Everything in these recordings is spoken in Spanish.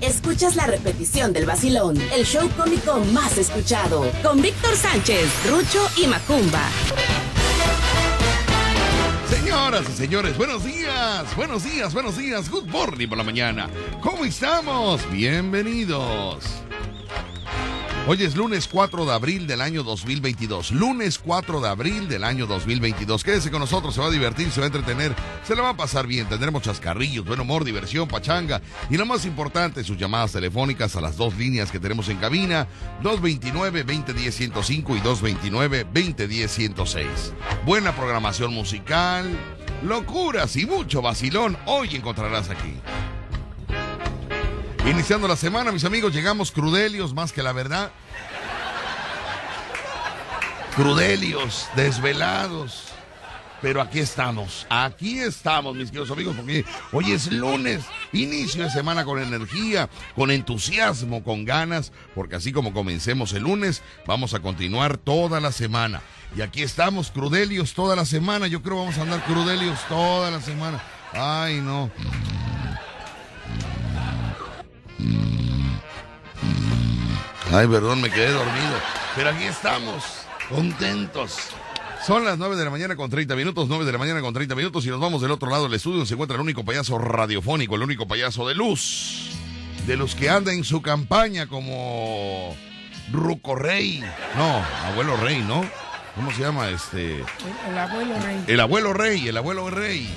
escuchas la repetición del vacilón, el show cómico más escuchado, con Víctor Sánchez, Rucho y Macumba. Señoras y señores, buenos días, good morning por la mañana. ¿Cómo estamos? Bienvenidos. Hoy es lunes 4 de abril del año 2022. Lunes 4 de abril del año 2022. Quédese con nosotros, se va a divertir, se va a entretener, se la va a pasar bien. Tendremos chascarrillos, buen humor, diversión, pachanga. Y lo más importante, sus llamadas telefónicas a las dos líneas que tenemos en cabina, 229-2010-105 y 229-2010-106. Buena programación musical, locuras y mucho vacilón hoy encontrarás aquí. Iniciando la semana, mis amigos, llegamos crudelios más que la verdad. Crudelios, desvelados. Pero aquí estamos, mis queridos amigos, porque hoy es lunes, inicio de semana con energía, con entusiasmo, con ganas, porque así como comencemos el lunes, vamos a continuar toda la semana. Y aquí estamos, crudelios toda la semana, yo creo que vamos a andar crudelios toda la semana. Ay, no. Ay, perdón, me quedé dormido. Pero aquí estamos, contentos. Son las 9 de la mañana con 30 minutos, 9 de la mañana con 30 minutos, y nos vamos del otro lado del estudio, donde se encuentra el único payaso radiofónico, el único payaso de luz, de los que anda en su campaña como Ruco Rey. No, Abuelo Rey, ¿no? ¿Cómo se llama este? El Abuelo Rey. El Abuelo Rey, el Abuelo Rey.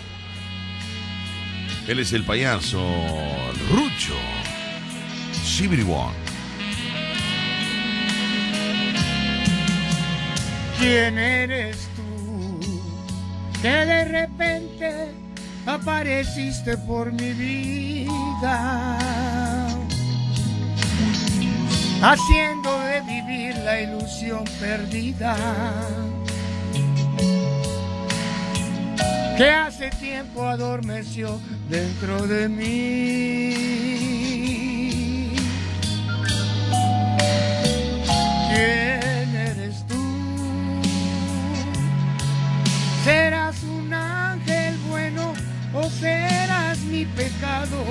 Él es el payaso Rucho Sibiribón. ¿Quién eres tú que de repente apareciste por mi vida, haciendo de vivir la ilusión perdida que hace tiempo adormeció dentro de mí? ¿Quién eres tú? ¿Serás un ángel bueno o serás mi pecado?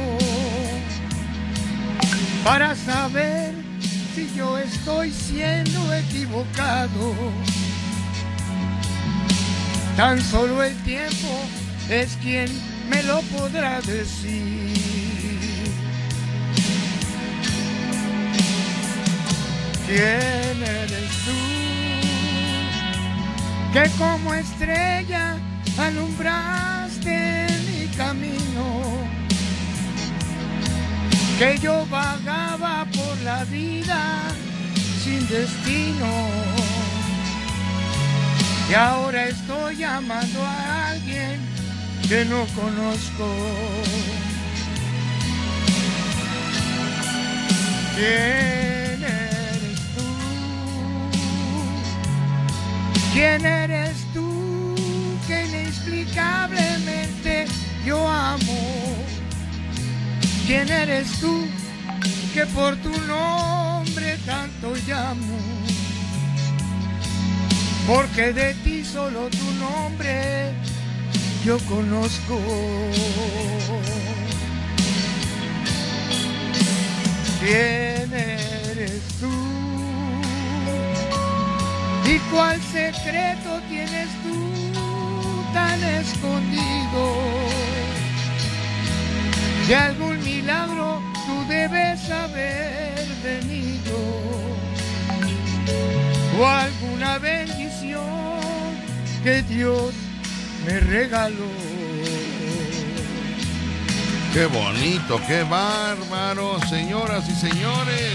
Para saber si yo estoy siendo equivocado, tan solo el tiempo es quien me lo podrá decir. ¿Quién eres tú que como estrella alumbraste mi camino, que yo vagaba por la vida sin destino, y ahora estoy llamando a alguien que no conozco? ¿Quién eres tú? ¿Quién eres tú que inexplicablemente yo amo? ¿Quién eres tú que por tu nombre tanto llamo? Porque de ti solo tu nombre yo conozco. ¿Quién eres tú? ¿Y cuál secreto tienes tú tan escondido? De algún milagro tú debes haber venido, o alguna bendición que Dios me regaló. Qué bonito, qué bárbaro, señoras y señores.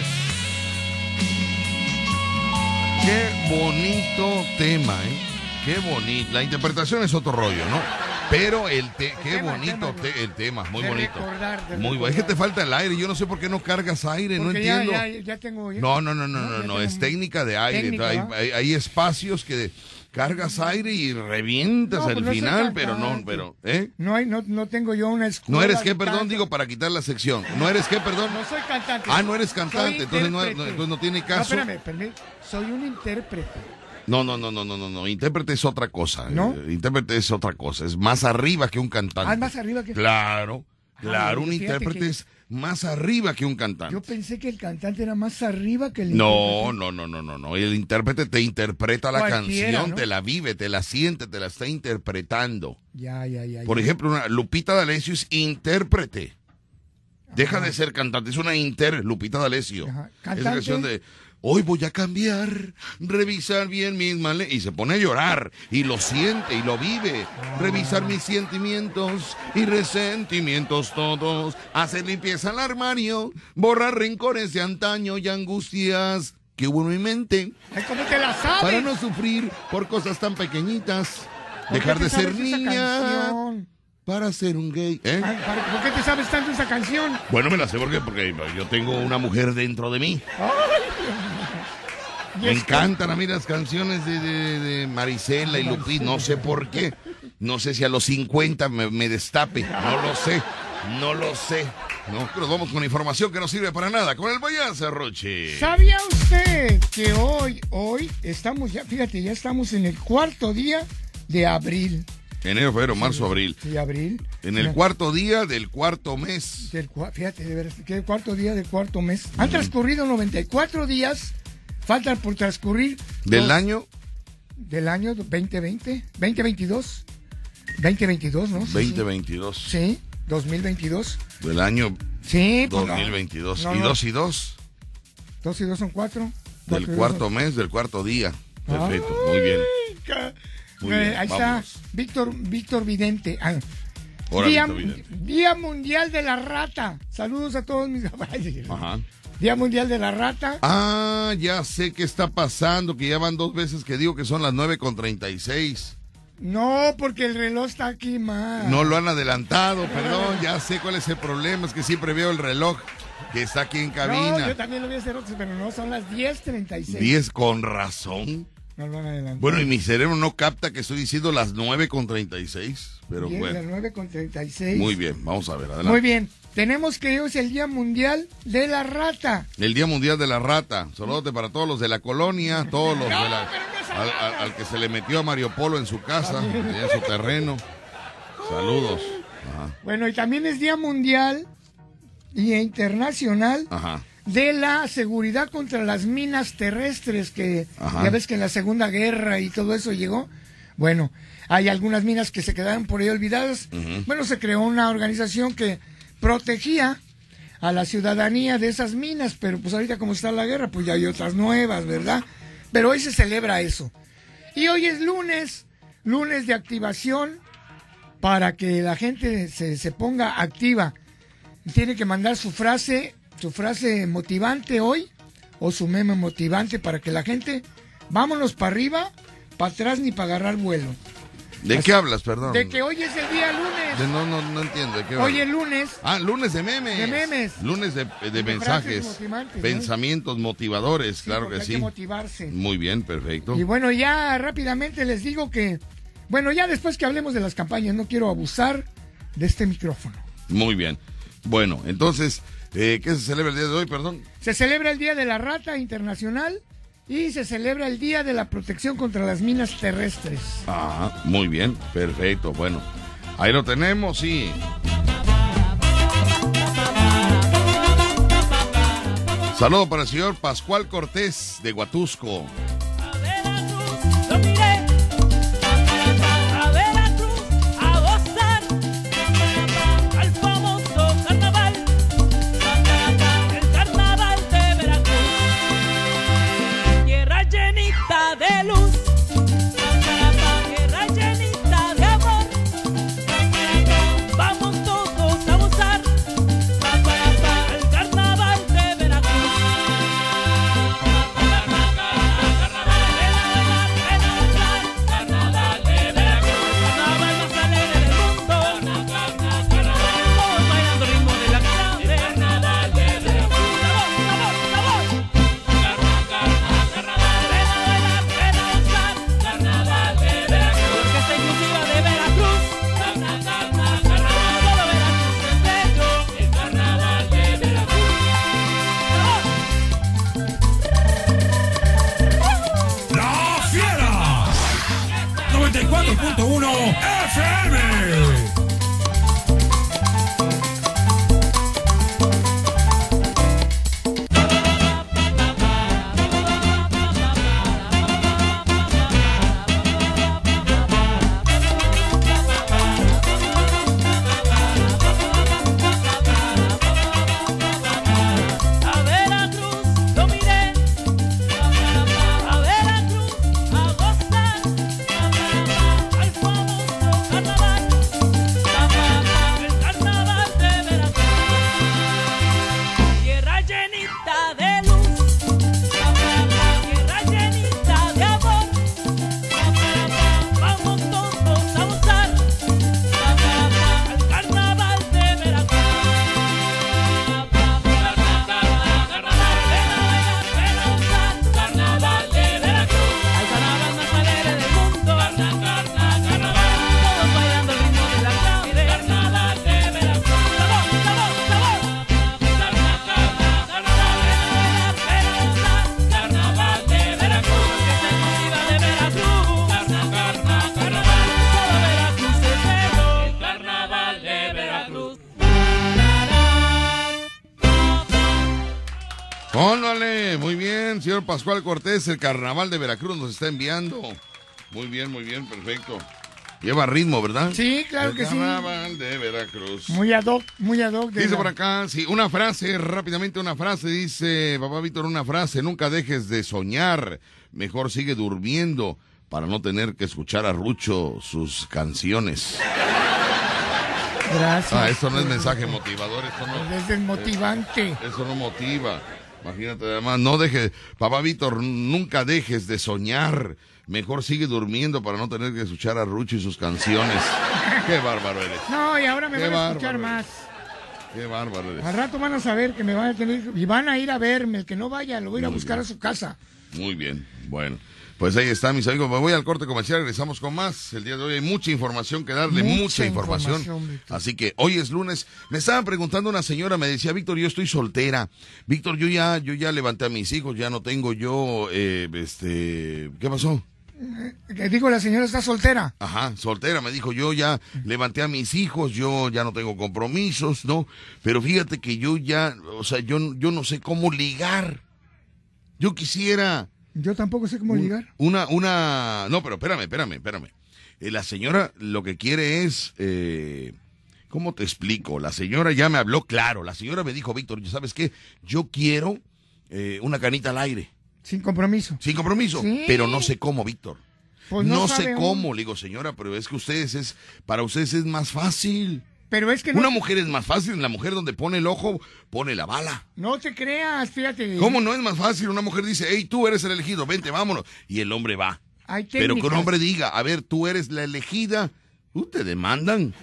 Qué bonito tema, ¿eh? Qué bonito. La interpretación es otro rollo, ¿no? Pero qué bonito el tema, muy bonito. Muy bueno. Es que te falta el aire. Yo no sé por qué no cargas aire, no entiendo. Ya tengo. No, es técnica de aire. Técnica, hay espacios que cargas aire y revientas al final, pero no, ¿eh? No tengo yo una escuela. ¿No eres qué, perdón? Digo, para quitar la sección. ¿No eres qué, perdón? No soy cantante. Ah, no eres cantante, entonces no tiene caso. No, espérame, soy un intérprete. No. Intérprete es otra cosa. ¿No? Intérprete es otra cosa. Es más arriba que un cantante. Ah, es más arriba que... Claro. Claro, un fíjate intérprete que es más arriba que un cantante. yo pensé que el cantante era más arriba que el No, intérprete. no. El intérprete te interpreta la Cualquiera, canción, ¿no? te la vive, te la siente, te la está interpretando. Ya. Por ejemplo, Lupita D'Alessio es intérprete. Deja de ser cantante, es una Lupita D'Alessio. Ajá. Esa Cantante. canción de hoy voy a cambiar, revisar bien mis males. Y se pone a llorar, y lo siente, y lo vive. Revisar mis sentimientos y resentimientos todos. Hacer limpieza al armario, borrar rencores de antaño y angustias que hubo en mi mente. Ay, ¿cómo te la sabes? Para no sufrir por cosas tan pequeñitas. ¿Por qué Dejar te de ser sabes esa niña canción? para ser un gay. ¿Eh? Ay, ¿por qué te sabes tanto esa canción? Bueno, me la sé porque yo tengo una mujer dentro de mí. Y Me es encantan a mí las canciones de Marisela y Lupita, no sé por qué. No sé si a los 50 me destape, no lo sé. No, pero vamos con información que no sirve para nada, con el Vallaza Roche. ¿Sabía usted que hoy estamos ya, fíjate, ya estamos en el cuarto día de abril? Enero, febrero, marzo, abril. Sí, abril. En el cuarto día del cuarto mes. Fíjate, de veras, que el cuarto día del cuarto mes. Han transcurrido 94 días, faltan por transcurrir. ¿Del año? Del año 2020, 2022. 2022, ¿no? Sí, 2022. Sí, 2022. Del año Sí, pues 2022. no, ¿Y no. 2 y 2? 2 y 2 son 4. Del cuarto mes, del cuarto día. Perfecto, muy bien. Muy bien, ahí vámonos. está Víctor Vidente. Ahora, Día, Víctor Vidente. Día Mundial de la Rata. Saludos a todos mis Ajá. Día Mundial de la Rata. Ah, ya sé qué está pasando, que ya van 2 veces que digo que son las 9:36. No, porque el reloj está aquí mal. No lo han adelantado, perdón, ya sé cuál es el problema, es que siempre veo el reloj que está aquí en No, cabina. yo también lo voy a hacer otros, pero no, son las 10:36. 10 con razón. No lo han adelantado. Bueno, y mi cerebro no capta que estoy diciendo las 9:36, pero Las bueno. 9:36. Muy bien, vamos a ver, adelante. Muy bien. Tenemos que hoy es el Día Mundial de la Rata. El Día Mundial de la Rata. Saludos para todos los de la colonia, todos los No, de la... pero no es al que se le metió a Mario Polo en su casa, en su terreno. Saludos. Ajá. Bueno, y también es Día Mundial y Internacional Ajá. de la seguridad contra las minas terrestres, que Ajá. ya ves que en la Segunda Guerra y todo eso llegó. Bueno, hay algunas minas que se quedaron por ahí olvidadas. Ujú. Bueno, se creó una organización que protegía a la ciudadanía de esas minas, pero pues ahorita como está la guerra, pues ya hay otras nuevas, ¿verdad? Pero hoy se celebra eso. Y hoy es lunes de activación para que la gente se ponga activa. Tiene que mandar su frase motivante hoy o su meme motivante para que la gente, vámonos para arriba, para atrás ni para agarrar vuelo. ¿De qué hablas, perdón? De que hoy es el día lunes. No entiendo. ¿De qué Hoy hablas? es lunes. Ah, lunes de memes. De memes. Lunes de frases mensajes. motivantes, ¿no? Pensamientos motivadores, Sí, claro porque que hay sí. que motivarse. Muy bien, perfecto. Y bueno, ya rápidamente les digo que, bueno, ya después que hablemos de las campañas, no quiero abusar de este micrófono. Muy bien. Bueno, entonces, ¿qué se celebra el día de hoy, perdón? Se celebra el Día de la Rata Internacional y se celebra el Día de la Protección contra las Minas Terrestres. Ah, muy bien, perfecto. Bueno, ahí lo tenemos, sí. Saludo para el señor Pascual Cortés de Huatusco. A Veracruz lo miré, a Veracruz a gozar, al famoso carnaval, el carnaval de Veracruz, tierra llenita de luz, tierra llenita de amor, vamos todos a gozar, el carnaval de Veracruz. Óndale, muy bien, señor Pascual Cortés, el Carnaval de Veracruz nos está enviando. Muy bien, perfecto. Lleva ritmo, ¿verdad? Sí, claro que sí. El Carnaval de Veracruz. Muy ad hoc. Dice por acá, sí, una frase, rápidamente una frase, dice papá Víctor, una frase: nunca dejes de soñar, mejor sigue durmiendo para no tener que escuchar a Rucho sus canciones. Gracias. Esto no es mensaje motivador, esto no. Es desmotivante. Eso no motiva. Imagínate, además, papá Víctor, nunca dejes de soñar. Mejor sigue durmiendo para no tener que escuchar a Rucho y sus canciones. Qué bárbaro eres. No, y ahora me van a escuchar más. Qué bárbaro eres. Al rato van a saber que me van a tener y van a ir a verme. El que no vaya, lo voy a ir a buscar a su casa. Muy bien, bueno. Pues ahí está, mis amigos. Me voy al corte comercial, regresamos con más. El día de hoy hay mucha información que darle, mucha información. Así que hoy es lunes. Me estaban preguntando una señora, me decía, Víctor, yo estoy soltera. Víctor, yo ya levanté a mis hijos, ya no tengo yo, ¿qué pasó? Digo, la señora está soltera. Ajá, soltera, me dijo, yo ya levanté a mis hijos, yo ya no tengo compromisos, ¿no? Pero fíjate que yo ya, yo no sé cómo ligar. Yo quisiera... Yo tampoco sé cómo ligar. No, pero espérame. La señora lo que quiere es, ¿cómo te explico? La señora ya me habló claro. La señora me dijo, Víctor, ¿sabes qué? Yo quiero una canita al aire. Sin compromiso. Sin compromiso, sí. Pero no sé cómo, Víctor. Pues no sé cómo, le digo, señora, pero es que para ustedes es más fácil. Pero es que una mujer es más fácil, la mujer donde pone el ojo, pone la bala. No te creas, fíjate. ¿Cómo no es más fácil? Una mujer dice, hey, tú eres el elegido, vente, vámonos. Y el hombre va. Pero que un hombre diga, a ver, tú eres la elegida, te demandan.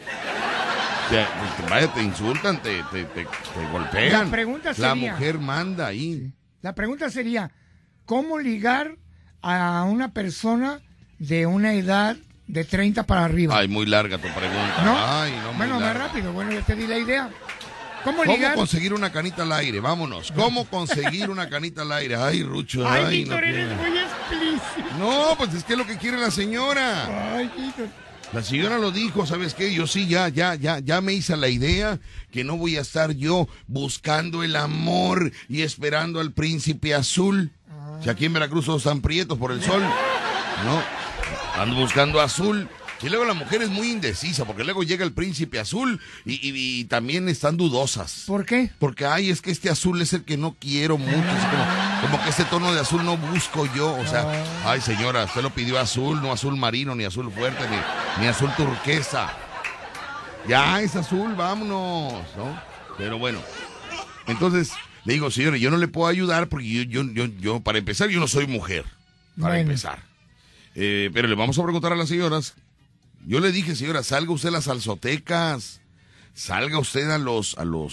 Te insultan, te golpean. La pregunta sería... La mujer manda ahí. Sí. La pregunta sería, ¿cómo ligar a una persona de una edad de 30 para arriba? Ay, muy larga tu pregunta. ¿No? Ay, no, bueno, más rápido. Bueno, ya te di la idea. ¿Cómo conseguir una canita al aire? Vámonos. ¿Cómo conseguir una canita al aire? Ay, Rucho. Ay, Víctor, eres muy explícito. No, pues es que es lo que quiere la señora. Ay, Víctor. La señora lo dijo, ¿sabes qué? Yo sí, ya me hice la idea que no voy a estar yo buscando el amor y esperando al príncipe azul. Si aquí en Veracruz todos están prietos por el sol. No, ando buscando azul. Y luego la mujer es muy indecisa, porque luego llega el príncipe azul y también están dudosas. ¿Por qué? Porque, es que este azul es el que no quiero mucho. Como que este tono de azul no busco yo. O sea, ay, señora, usted lo pidió azul, no azul marino, ni azul fuerte, ni azul turquesa. Ya, es azul, vámonos, ¿no? Pero bueno, entonces, le digo, señora, yo no le puedo ayudar porque yo para empezar, yo no soy mujer. Para empezar. Pero le vamos a preguntar a las señoras. Yo le dije, señora, salga usted a las salsotecas, salga usted a los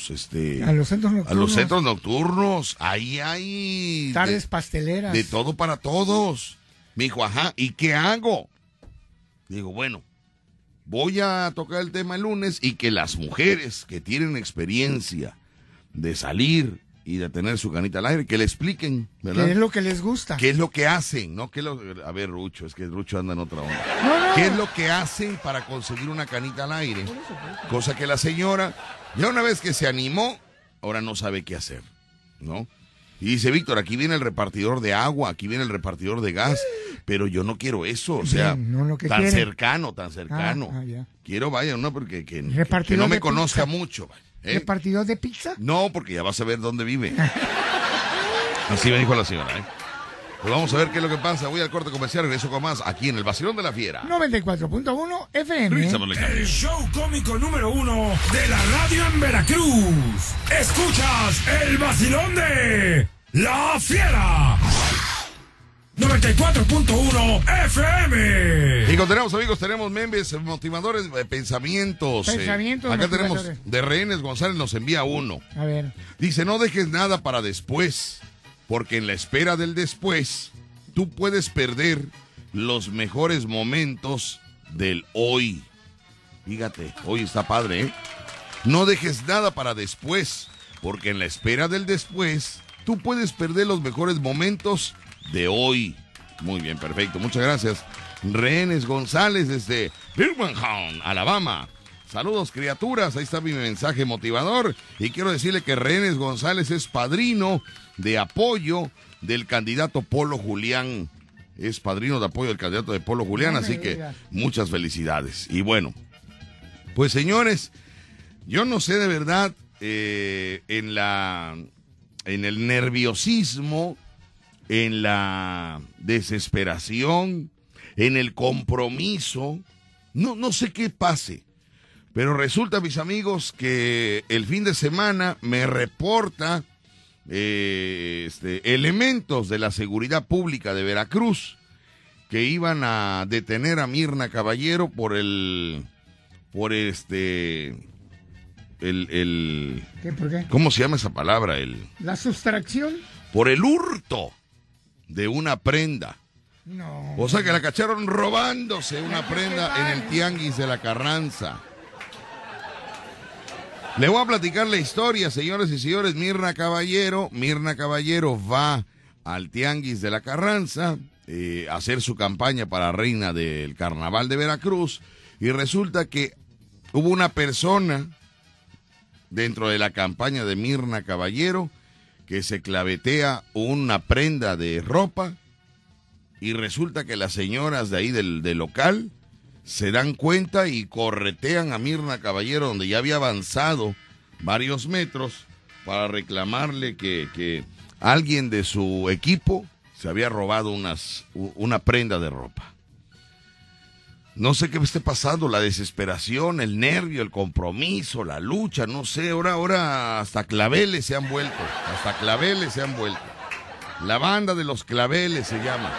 centros nocturnos. A los centros nocturnos. Ahí hay tardes pasteleras. De todo para todos. Me dijo, ajá, ¿y qué hago? Digo, bueno, voy a tocar el tema el lunes y que las mujeres que tienen experiencia de salir y de tener su canita al aire, que le expliquen, ¿verdad? ¿Qué es lo que les gusta? ¿Qué es lo que hacen? ¿No? A ver, Rucho, es que Rucho anda en otra onda. No. ¿Qué es lo que hacen para conseguir una canita al aire? Por eso. Cosa que la señora, ya una vez que se animó, ahora no sabe qué hacer, ¿no? Y dice, Víctor, aquí viene el repartidor de agua, aquí viene el repartidor de gas, pero yo no quiero eso, o sea, tan cercano. Ya. Quiero, uno porque que no me conozca mucho, vaya. ¿Repartidor de pizza? No, porque ya vas a ver dónde vive. Así me dijo la señora, Pues vamos a ver qué es lo que pasa. Voy al corte comercial, regreso con más aquí en el Vacilón de la Fiera. 94.1 FM. El show cómico número 1 de la radio en Veracruz. Escuchas el Vacilón de la Fiera. 94.1 FM. Y continuamos, amigos, tenemos memes motivadores, pensamientos. Acá tenemos de Rehenes González, nos envía uno. A ver. Dice, no dejes nada para después, porque en la espera del después, tú puedes perder los mejores momentos del hoy. Fíjate, hoy está padre, No dejes nada para después, porque en la espera del después, tú puedes perder los mejores momentos de hoy. Muy bien, perfecto. Muchas gracias. Rehenes González desde Birmingham, Alabama. Saludos, criaturas. Ahí está mi mensaje motivador. Y quiero decirle que Renes González es padrino de apoyo del candidato Polo Julián. Es padrino de apoyo del candidato de Polo Julián, así que muchas felicidades. Y bueno, pues señores, yo no sé de verdad en el nerviosismo, en la desesperación, en el compromiso, no sé qué pase. Pero resulta, mis amigos, que el fin de semana me reporta elementos de la seguridad pública de Veracruz que iban a detener a Mirna Caballero por ¿Qué? ¿Por qué? ¿cómo se llama esa palabra? ¿La sustracción? Por el hurto de una prenda. No. O sea que la cacharon robándose una prenda en el Tianguis de la Carranza. Le voy a platicar la historia, señores y señores. Mirna Caballero va al Tianguis de la Carranza a hacer su campaña para reina del Carnaval de Veracruz, y resulta que hubo una persona dentro de la campaña de Mirna Caballero que se clavetea una prenda de ropa, y resulta que las señoras de ahí del local se dan cuenta y corretean a Mirna Caballero, donde ya había avanzado varios metros, para reclamarle que alguien de su equipo se había robado una prenda de ropa. No sé qué esté pasando, la desesperación, el nervio, el compromiso, la lucha, no sé, ahora hasta claveles se han vuelto, La banda de los claveles se llama,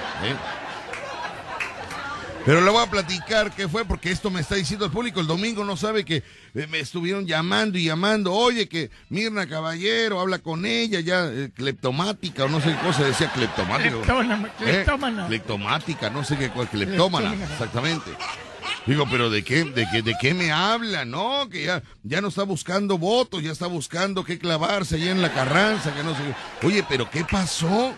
Pero le voy a platicar qué fue, porque esto me está diciendo el público. El domingo no sabe que me estuvieron llamando y llamando. Oye, que Mirna Caballero, habla con ella, ya cleptomática, o no sé qué cosa decía, cleptomática. Cleptómana. Cleptomática, no sé qué cosa, cleptómana, exactamente. Digo, pero ¿de qué me habla? No, que ya no está buscando votos, ya está buscando qué clavarse allá en la Carranza, que no sé qué. Oye, pero ¿qué pasó?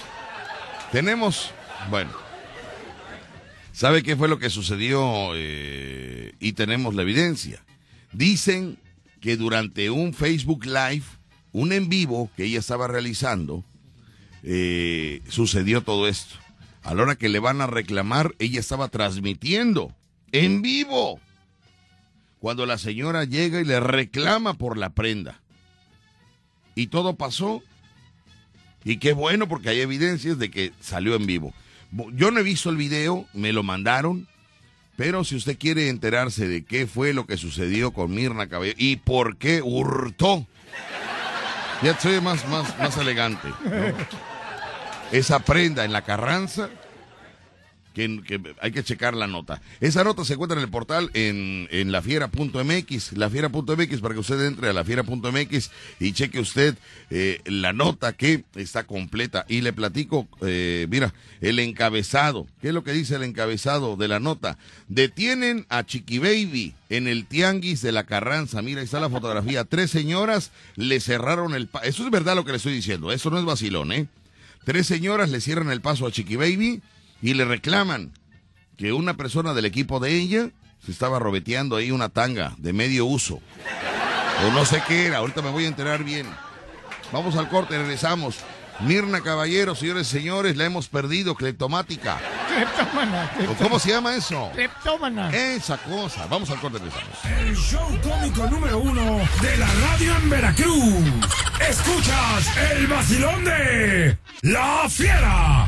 ¿Sabe qué fue lo que sucedió? Y tenemos la evidencia. Dicen que durante un Facebook Live, un en vivo que ella estaba realizando, sucedió todo esto. A la hora que le van a reclamar, ella estaba transmitiendo en vivo, cuando la señora llega y le reclama por la prenda. Y todo pasó. Y qué bueno, porque hay evidencias de que salió en vivo. Yo no he visto el video, me lo mandaron, pero si usted quiere enterarse de qué fue lo que sucedió con Mirna Caballero y por qué hurtó, ya soy más elegante, ¿no? Esa prenda en la Carranza, que hay que checar la nota. Esa nota se encuentra en el portal en lafiera.mx, lafiera.mx, para que usted entre a lafiera.mx y cheque usted la nota, que está completa. Y le platico, mira, el encabezado. ¿Qué es lo que dice el encabezado de la nota? Detienen a Chiqui Baby en el Tianguis de la Carranza. Mira, ahí está la fotografía. 3 señoras le cerraron el paso. Eso es verdad lo que le estoy diciendo, eso no es vacilón, 3 señoras le cierran el paso a Chiqui Baby y le reclaman que una persona del equipo de ella se estaba robeteando ahí una tanga de medio uso. O no sé qué era, ahorita me voy a enterar bien. Vamos al corte, regresamos. Mirna Caballero, señores y señores, la hemos perdido, cleptomática. Cleptómana. ¿Cómo se llama eso? Cleptómana. Esa cosa. Vamos al corte, regresamos. El show cómico número 1 de la radio en Veracruz. Escuchas el vacilón de La Fiera.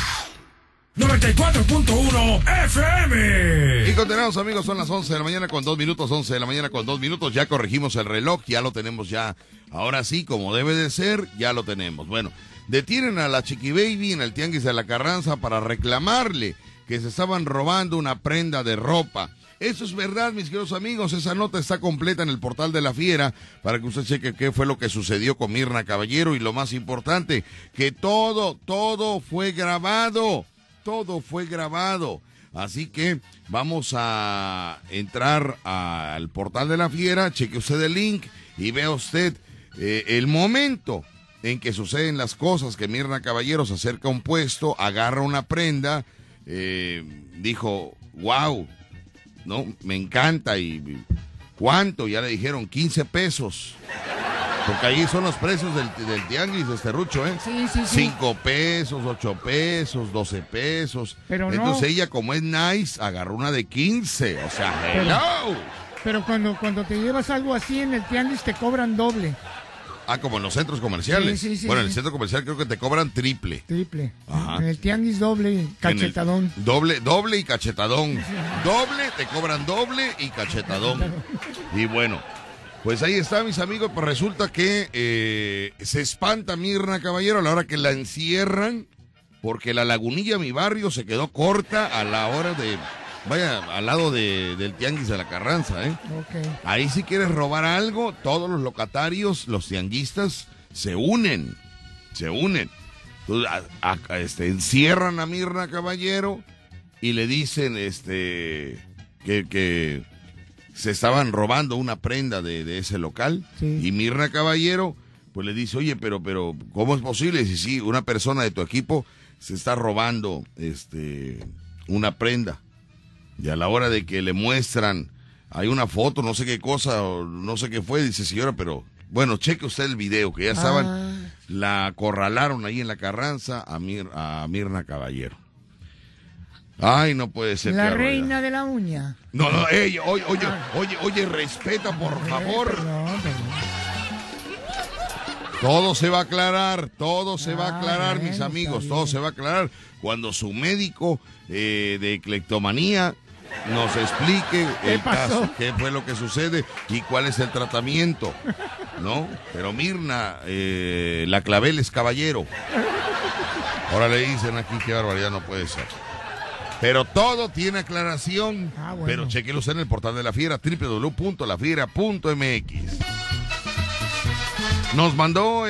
94.1 FM. Y continuamos, amigos, son las 11 de la mañana con 2 minutos, 11 de la mañana con 2 minutos, ya corregimos el reloj, ya lo tenemos ya, ahora sí, como debe de ser, ya lo tenemos. Bueno, detienen a la Chiqui Baby en el Tianguis de la Carranza para reclamarle que se estaban robando una prenda de ropa. Eso es verdad, mis queridos amigos, esa nota está completa en el portal de La Fiera, para que usted cheque qué fue lo que sucedió con Mirna Caballero, y lo más importante, que todo fue grabado. Todo fue grabado. Así que vamos a entrar al portal de La Fiera, cheque usted el link y vea usted el momento en que suceden las cosas, que Mirna Caballero se acerca a un puesto, agarra una prenda, dijo, wow, no, me encanta, y ¿Cuánto? Ya le dijeron 15 pesos. Porque ahí son los precios del tianguis, Rucho, ¿eh? Sí. 5 pesos, 8 pesos, 12 pesos. Pero entonces no. ella, como es nice, agarró una de 15. O sea, hello. Pero cuando te llevas algo así en el tianguis te cobran doble. Como en los centros comerciales. Sí, bueno, en el centro comercial creo que te cobran triple. Ajá. En el tianguis doble, cachetadón. Doble y cachetadón. Doble, te cobran doble y cachetadón. Y bueno, pues ahí está, mis amigos. Pues resulta que se espanta Mirna Caballero a la hora que la encierran, porque la Lagunilla, mi barrio, se quedó corta a la hora de... Vaya, al lado del tianguis de la Carranza, ¿eh? Okay. Ahí si quieres robar algo, todos los locatarios, los tianguistas, se unen. Entonces, encierran a Mirna Caballero y le dicen que se estaban robando una prenda de ese local. Sí. Y Mirna Caballero pues le dice, oye, pero ¿cómo es posible si sí, una persona de tu equipo se está robando una prenda? Y a la hora de que le muestran, hay una foto, no sé qué cosa, o no sé qué fue, dice, señora, pero bueno, cheque usted el video, que ya estaban, la acorralaron ahí en la Carranza a Mirna Caballero. Ay, no puede ser. La reina de la uña. No, ella, oye, respeta, por favor. Perdón. Todo se va a aclarar, mis bueno, amigos, todo se va a aclarar cuando su médico de eclectomanía nos explique el caso, qué fue lo que sucede y cuál es el tratamiento, ¿no? Pero Mirna, la Claveles Caballero. Ahora le dicen aquí, qué barbaridad, no puede ser. Pero todo tiene aclaración, bueno. Pero chequenlo usted en el portal de La Fiera, www.lafiera.mx. Nos mandó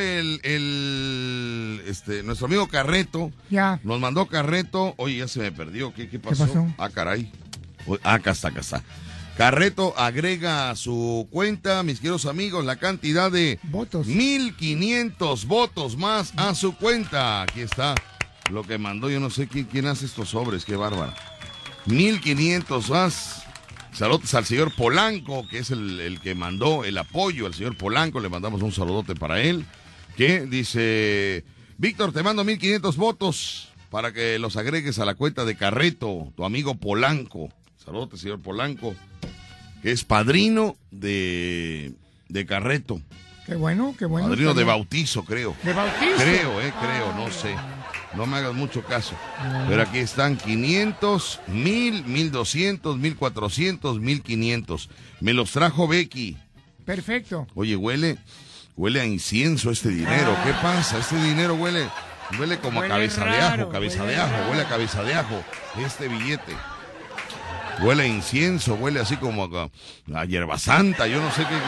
nuestro amigo Carreto. Ya. Nos mandó Carreto. Oye, ya se me perdió. ¿Qué pasó? ¿Qué pasó? Caray. Acá está. Carreto agrega a su cuenta, mis queridos amigos, la cantidad de votos. 1,500 votos más a su cuenta. Aquí está lo que mandó. Yo no sé quién hace estos sobres. Qué bárbaro. 1,500 más. Saludos al señor Polanco, que es el que mandó el apoyo al señor Polanco. Le mandamos un saludote para él. Que dice, Víctor, te mando 1,500 votos para que los agregues a la cuenta de Carreto, tu amigo Polanco. Saludos, señor Polanco, que es padrino de Carreto. Qué bueno. Padrino de bautizo, creo. ¿De bautizo? Creo, no sé. No me hagas mucho caso. Pero aquí están 500, 1,000, 1,200, 1,400, 1,500. Me los trajo Becky. Perfecto. Oye, huele a incienso este dinero. ¿Qué pasa? Este dinero huele como Huele a cabeza de raro, ajo, huele a cabeza de ajo. Este billete. Huele a incienso, huele así como a hierba santa, yo no sé qué.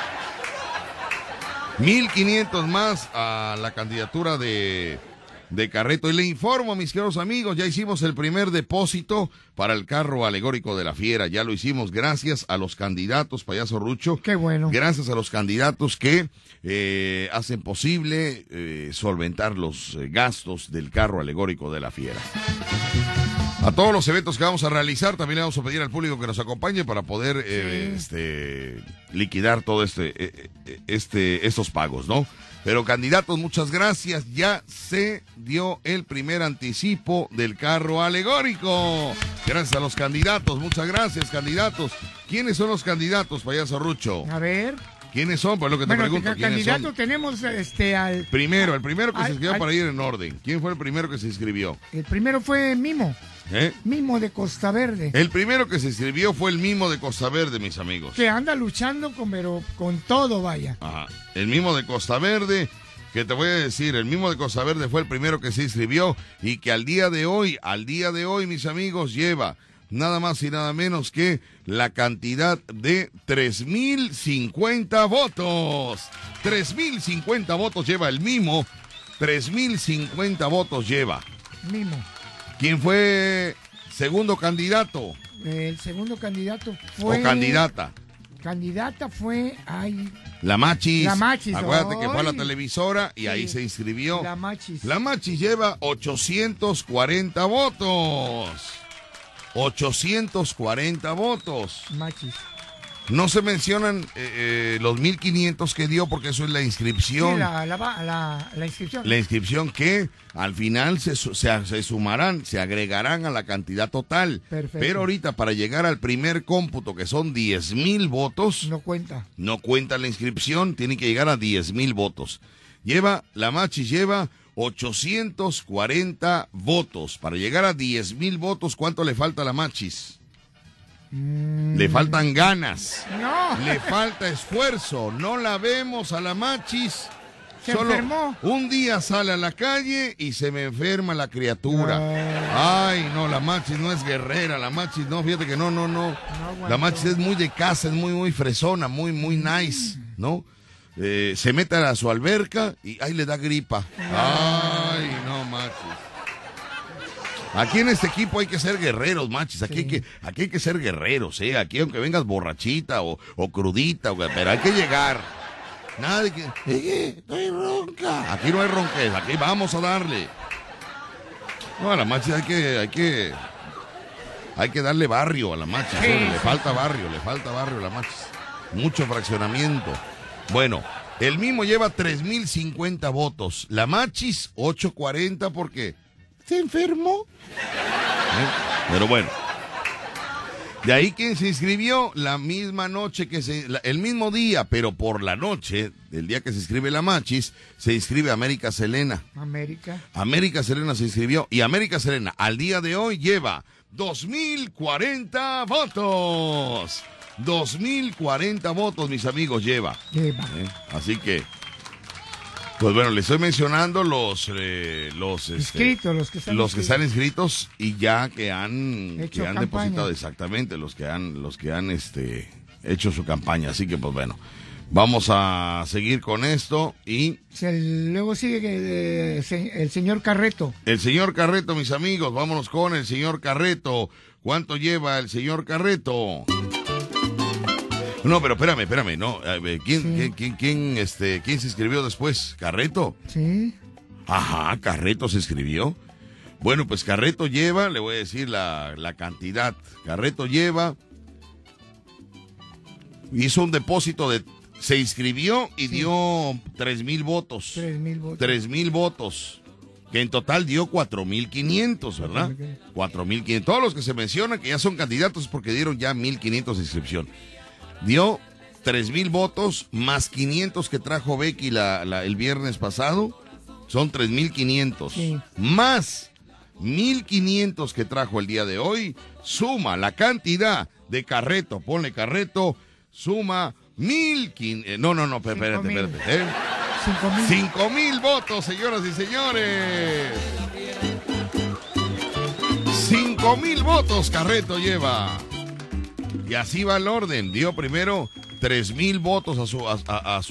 1,500 más a la candidatura de Carreto. Y le informo, mis queridos amigos, ya hicimos el primer depósito para el carro alegórico de la Fiera. Ya lo hicimos gracias a los candidatos, Payaso Rucho. Qué bueno. Gracias a los candidatos que hacen posible solventar los gastos del carro alegórico de la Fiera. A todos los eventos que vamos a realizar, también le vamos a pedir al público que nos acompañe para poder liquidar todo estos pagos, ¿no? Pero candidatos, muchas gracias. Ya se dio el primer anticipo del carro alegórico. Gracias a los candidatos, muchas gracias, candidatos. ¿Quiénes son los candidatos, Payaso Rucho? A ver. ¿Quiénes son? Pues lo que te pregunto. ¿Quiénes candidato son? Tenemos al... El primero que se inscribió para ir en orden. ¿Quién fue el primero que se inscribió? El primero fue Mimo. Mimo de Costa Verde. El primero que se inscribió fue el Mimo de Costa Verde, mis amigos. Que anda luchando con todo, vaya. Ajá. El Mimo de Costa Verde, que te voy a decir, el Mimo de Costa Verde fue el primero que se inscribió y que al día de hoy, mis amigos, lleva nada más y nada menos que la cantidad de 3,050 votos. 3,050 votos lleva el Mimo. 3,050 votos lleva. Mimo. ¿Quién fue segundo candidato? El segundo candidato fue... ¿O candidata? Candidata fue... La Machis. Acuérdate que fue a la ¡ay! televisora y Sí. ahí se inscribió. La Machis. La Machis lleva 840 votos. 840 votos. Machis. No se mencionan los 1,500 que dio porque eso es la inscripción. Sí, la inscripción. La inscripción que al final se sumarán, se agregarán a la cantidad total. Perfecto. Pero ahorita para llegar al primer cómputo, que son 10,000 votos, No cuenta. no cuenta la inscripción, tiene que llegar a 10,000 votos. La Machis lleva 840 votos. Para llegar a 10,000 votos, ¿cuánto le falta a la Machis? Le faltan ganas. No. Le falta esfuerzo. No la vemos a la Machis. Se Solo enfermó. un día sale a la calle y se me enferma la criatura. Ay, no, la Machis no es guerrera. La Machis no, fíjate que no. La Machis es muy de casa, es muy fresona, muy nice, ¿no? Se mete a su alberca y ahí le da gripa. Ay, no, Machis. Aquí en este equipo hay que ser guerreros, Machis. Aquí hay que ser guerreros, ¿eh? Aquí aunque vengas borrachita o crudita, pero hay que llegar. Nada de que, estoy ronca. Aquí no hay ronquez, aquí vamos a darle. No, a la Machis hay que darle barrio a la Machis. Sí, Le falta barrio a la Machis. Mucho fraccionamiento. Bueno, el mismo lleva 3,050 votos. La Machis, 840 porque se enfermó. Pero bueno. De ahí quien se inscribió la misma noche el mismo día, pero por la noche, del día que se inscribe la Machis, se inscribe América Selena. América Selena se inscribió y América Selena al día de hoy lleva 2,040 votos. 2,040 votos, mis amigos, lleva. Así que, pues bueno, les estoy mencionando los inscritos, los que están inscritos y ya que han depositado, exactamente, los que han hecho su campaña. Así que, pues bueno, vamos a seguir con esto y luego sigue el señor Carreto. El señor Carreto, mis amigos, vámonos con el señor Carreto. ¿Cuánto lleva el señor Carreto? No, pero espérame, no. ¿Quién se inscribió después? ¿Carreto? Sí. Ajá, Carreto se inscribió. Bueno, pues Carreto lleva, le voy a decir la cantidad. Carreto hizo un depósito se inscribió y dio 3,000 votos. 3,000 votos. Que en total dio 4,500, ¿verdad? 4,500. Todos los que se mencionan que ya son candidatos porque dieron ya 1,500 de inscripción. Dio 3,000 votos más 500 que trajo Becky el viernes pasado. Son 3,500. Sí. Más 1,500 que trajo el día de hoy. Suma la cantidad de Carreto. Ponle Carreto. Suma 1,500. No, espérate. 5,000 votos, señoras y señores. 5,000 votos Carreto lleva. Y así va el orden. Dio primero 3,000 votos a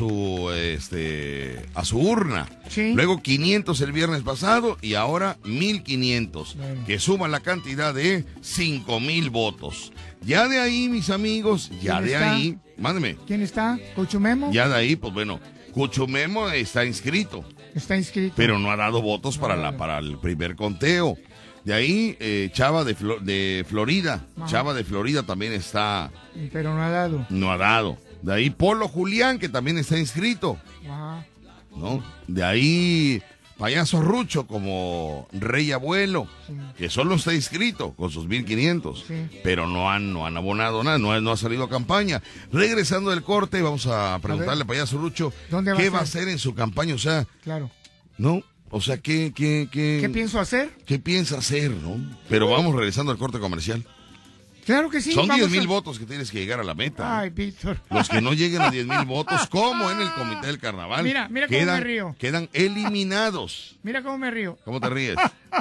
su urna. Sí. Luego 500 el viernes pasado y ahora 1,500. Bueno. Que suma la cantidad de 5,000 votos. Ya de ahí, mis amigos, ahí. Mándeme. ¿Quién está? ¿Cuchumemo? Ya de ahí, pues bueno, Cuchumemo está inscrito. Pero no ha dado votos para el primer conteo. De ahí, Chava de Florida. Ajá. Chava de Florida también está. Pero no ha dado. No ha dado. De ahí, Polo Julián, que también está inscrito. Ajá. ¿No? De ahí, Payaso Rucho como Rey Abuelo, sí, que solo está inscrito con sus 1,500. Sí. Pero no han abonado nada, no ha salido a campaña. Regresando del corte, vamos a preguntarle a Payaso Rucho qué va a hacer en su campaña. O sea, claro. ¿No? O sea, ¿qué pienso hacer? ¿Qué piensa hacer, no? Pero vamos regresando al corte comercial. Claro que sí. Son 10,000 votos que tienes que llegar a la meta. Ay, Víctor. Los que no lleguen a 10,000 votos, como en el comité del carnaval, mira cómo me río. Quedan eliminados. Mira cómo me río. ¿Cómo te ríes?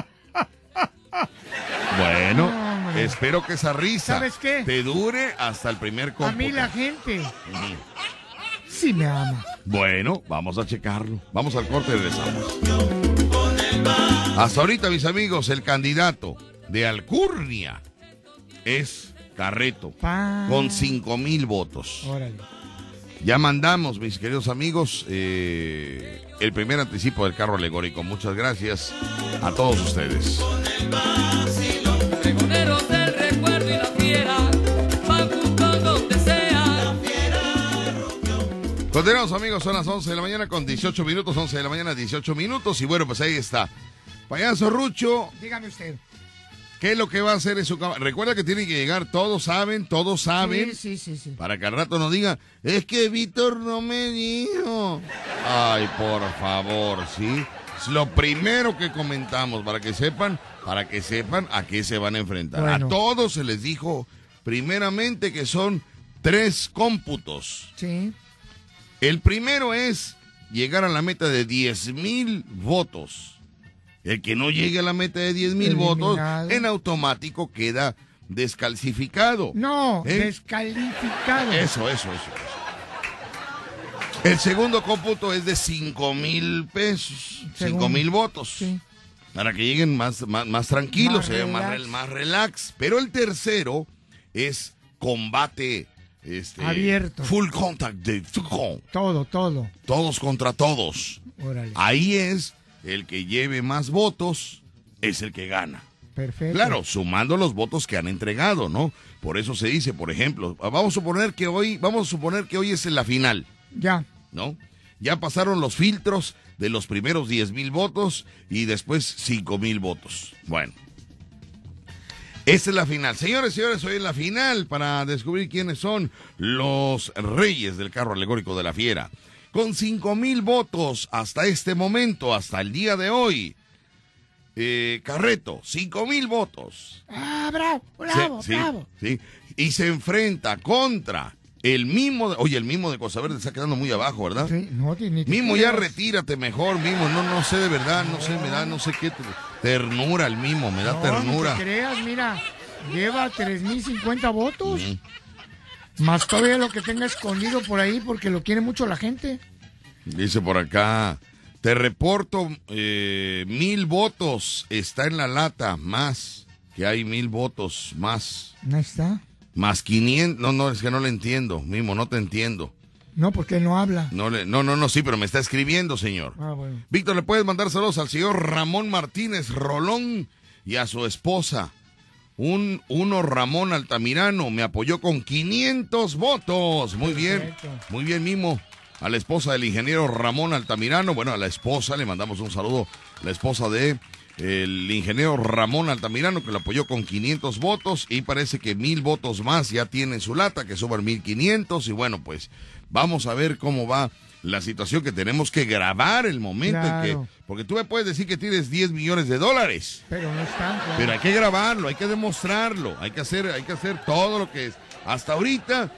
Bueno, espero que esa risa, ¿sabes qué?, te dure hasta el primer cómputo. A mí la gente sí me ama. Bueno, vamos a checarlo. Vamos al corte y regresamos. Hasta ahorita, mis amigos, el candidato de Alcurnia es Carreto, con 5,000 votos. Órale. Ya mandamos, mis queridos amigos, el primer anticipo del carro alegórico. Muchas gracias a todos ustedes. Pregoneros del recuerdo y la fiera van buscando donde sea Continuamos, amigos, son las 11 de la mañana con 18 minutos, 11 de la mañana, 18 minutos. Y bueno, pues ahí está. Payaso Rucho, Dígame usted. ¿qué es lo que va a hacer en su cama? Recuerda que tienen que llegar, todos saben. Sí. Para que al rato no digan, es que Víctor no me dijo. Ay, por favor, ¿sí? Es lo primero que comentamos, para que sepan a qué se van a enfrentar. Bueno. A todos se les dijo, primeramente, que son 3 cómputos. Sí. El primero es llegar a la meta de 10,000 votos. El que no llegue a la meta de 10,000 votos, en automático queda descalcificado. No, ¿Eh? descalificado. Eso. El segundo cómputo es de 5,000 pesos, 5,000 votos. Sí. Para que lleguen más tranquilos, Más más relax. Pero el tercero es combate abierto. Full contact, Todo. todos contra todos. Órale. Ahí es el que lleve más votos, es el que gana. Perfecto. Claro, sumando los votos que han entregado, ¿no? Por eso se dice, por ejemplo, vamos a suponer que hoy es la final, Ya. ¿no? Ya pasaron los filtros de los primeros 10,000 votos y después 5,000 votos. Bueno, esta es la final. Señores, hoy es la final para descubrir quiénes son los reyes del carro alegórico de la fiera. Con 5,000 votos hasta este momento, hasta el día de hoy. Carreto, 5,000 votos. Ah, bravo. Sí. Y se enfrenta contra el Mimo. Oye, el Mimo de Costa Verde está quedando muy abajo, ¿verdad? Sí, no, ni te Mimo, ya creas. retírate mejor, Mimo. No sé de verdad, me da no sé qué ternura el Mimo, me da ternura. No te creas, mira, lleva 3,050 votos. Más todavía lo que tenga escondido por ahí porque lo quiere mucho la gente. Dice por acá, te reporto 1,000 votos, está en la lata, más, que hay 1,000 votos, más. Ahí está. Más 500, no, es que no le entiendo, Mimo, no te entiendo. No, porque él no habla. No, sí, pero me está escribiendo, señor. Ah, bueno. Víctor, le puedes mandar saludos al señor Ramón Martínez Rolón y a su esposa. Uno Ramón Altamirano me apoyó con 500 votos. Muy Perfecto. bien, muy bien, Mimo. A la esposa del ingeniero Ramón Altamirano, bueno, a la esposa le mandamos un saludo, la esposa de el ingeniero Ramón Altamirano, que lo apoyó con 500 votos, y parece que 1,000 votos más ya tiene en su lata, que suban 1,500, y bueno, pues vamos a ver cómo va la situación, que tenemos que grabar el momento en que, porque tú me puedes decir que tienes 10 millones de dólares. Pero no están. Claro. Pero hay que grabarlo, hay que demostrarlo, hay que hacer todo lo que es. Hasta ahorita,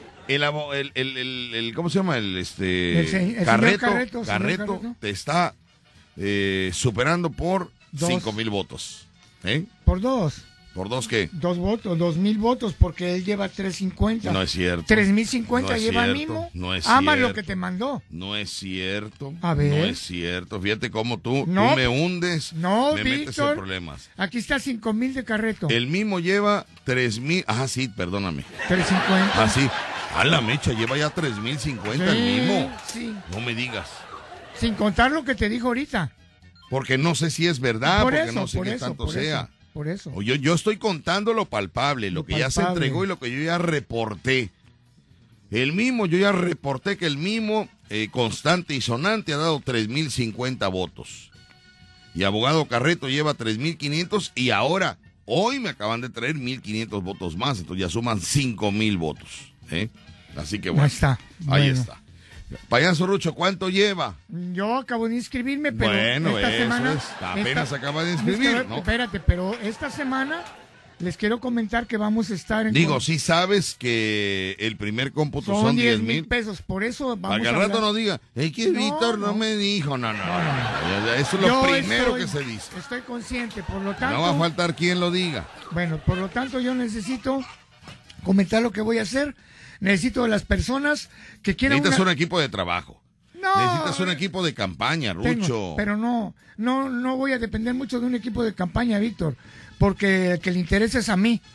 ¿cómo se llama? El Carreto te está superando por 5,000 votos. Por 2. ¿Por 2 qué? 2 votos, 2,000 votos, porque él lleva 350. No es cierto. 3,050 no lleva el cierto, mismo. No es Ama cierto. lo que te mandó. No es cierto. A ver. No es cierto. Fíjate cómo tú No, me hundes, no, me metes Víctor, en problemas. Aquí está 5,000 de Carreto. El mismo lleva 3,000. Ah, sí, perdóname. 350. Ah, sí. A la mecha, lleva ya 3,050 Sí, el mismo. sí. No me digas. Sin contar lo que te dijo ahorita. Porque no sé si es verdad, Por porque eso, no sé por qué eso, tanto por sea. eso, por eso. O yo estoy contando lo palpable, lo que ya se palpable. entregó y lo que yo ya reporté. El mismo, yo ya reporté que el mismo, constante y sonante, ha dado 3,050 votos. Y abogado Carreto lleva 3,500 y ahora, hoy me acaban de traer 1,500 votos más, entonces ya suman 5,000 votos. Así que bueno, Ahí está. Ahí Bueno. está. Payaso Rucho, ¿cuánto lleva? Yo acabo de inscribirme, pero Bueno, esta eso semana... es. Apenas acaba de inscribir, ¿no? Espérate, pero esta semana les quiero comentar que vamos a estar en... Digo, sí sabes que el primer cómputo son son 10,000 10,000 pesos, por eso vamos Para que a al rato hablar. no diga, es que No, Víctor no no. me dijo. No. Eso es lo Yo primero estoy- que se dice. Estoy consciente, por lo tanto... No va a faltar quien lo diga. Bueno, por lo tanto yo necesito comentar lo que voy a hacer. Necesito de las personas que quieran... Necesitas un equipo de trabajo. No, Necesitas un equipo de campaña, Rucho. tengo, pero no voy a depender mucho de un equipo de campaña, Víctor, porque el que le interesa es a mí.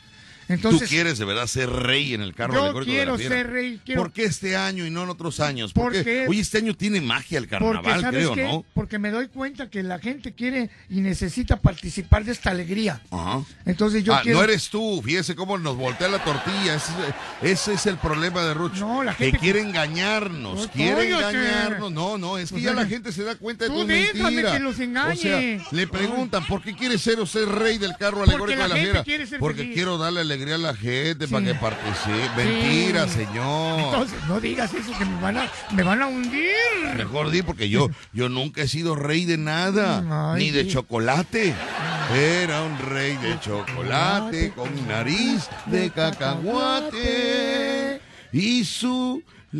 Entonces, tú quieres de verdad ser rey en el carro yo alegórico de la quiero fiera. ser rey. ¿Por qué este año y no en otros años? ¿Por Porque- qué? Oye, este año tiene magia el carnaval, Porque, ¿sabes creo, qué? ¿no? Porque me doy cuenta que la gente quiere y necesita participar de esta alegría. Ajá. Entonces yo quiero... No eres tú, fíjese cómo nos voltea la tortilla. Ese es el problema de Rucho. No, la que gente- quiere engañarnos, Pues, quiere cállate. engañarnos. No, es que Pues, ya la oye, gente se da cuenta de tú tus déjame mentiras. que los engañe. O sea, le preguntan, ¿por qué quieres ser rey del carro alegórico de la la gente fiera? quiere ser Porque feliz. quiero darle alegría a la gente Sí. para que participe. Mentira, Sí. señor. Entonces, no digas eso, que me van a hundir. Mejor di, porque yo nunca he sido rey de nada, Ay, ni de sí. chocolate. Era un rey de chocolate con nariz de cacahuate y su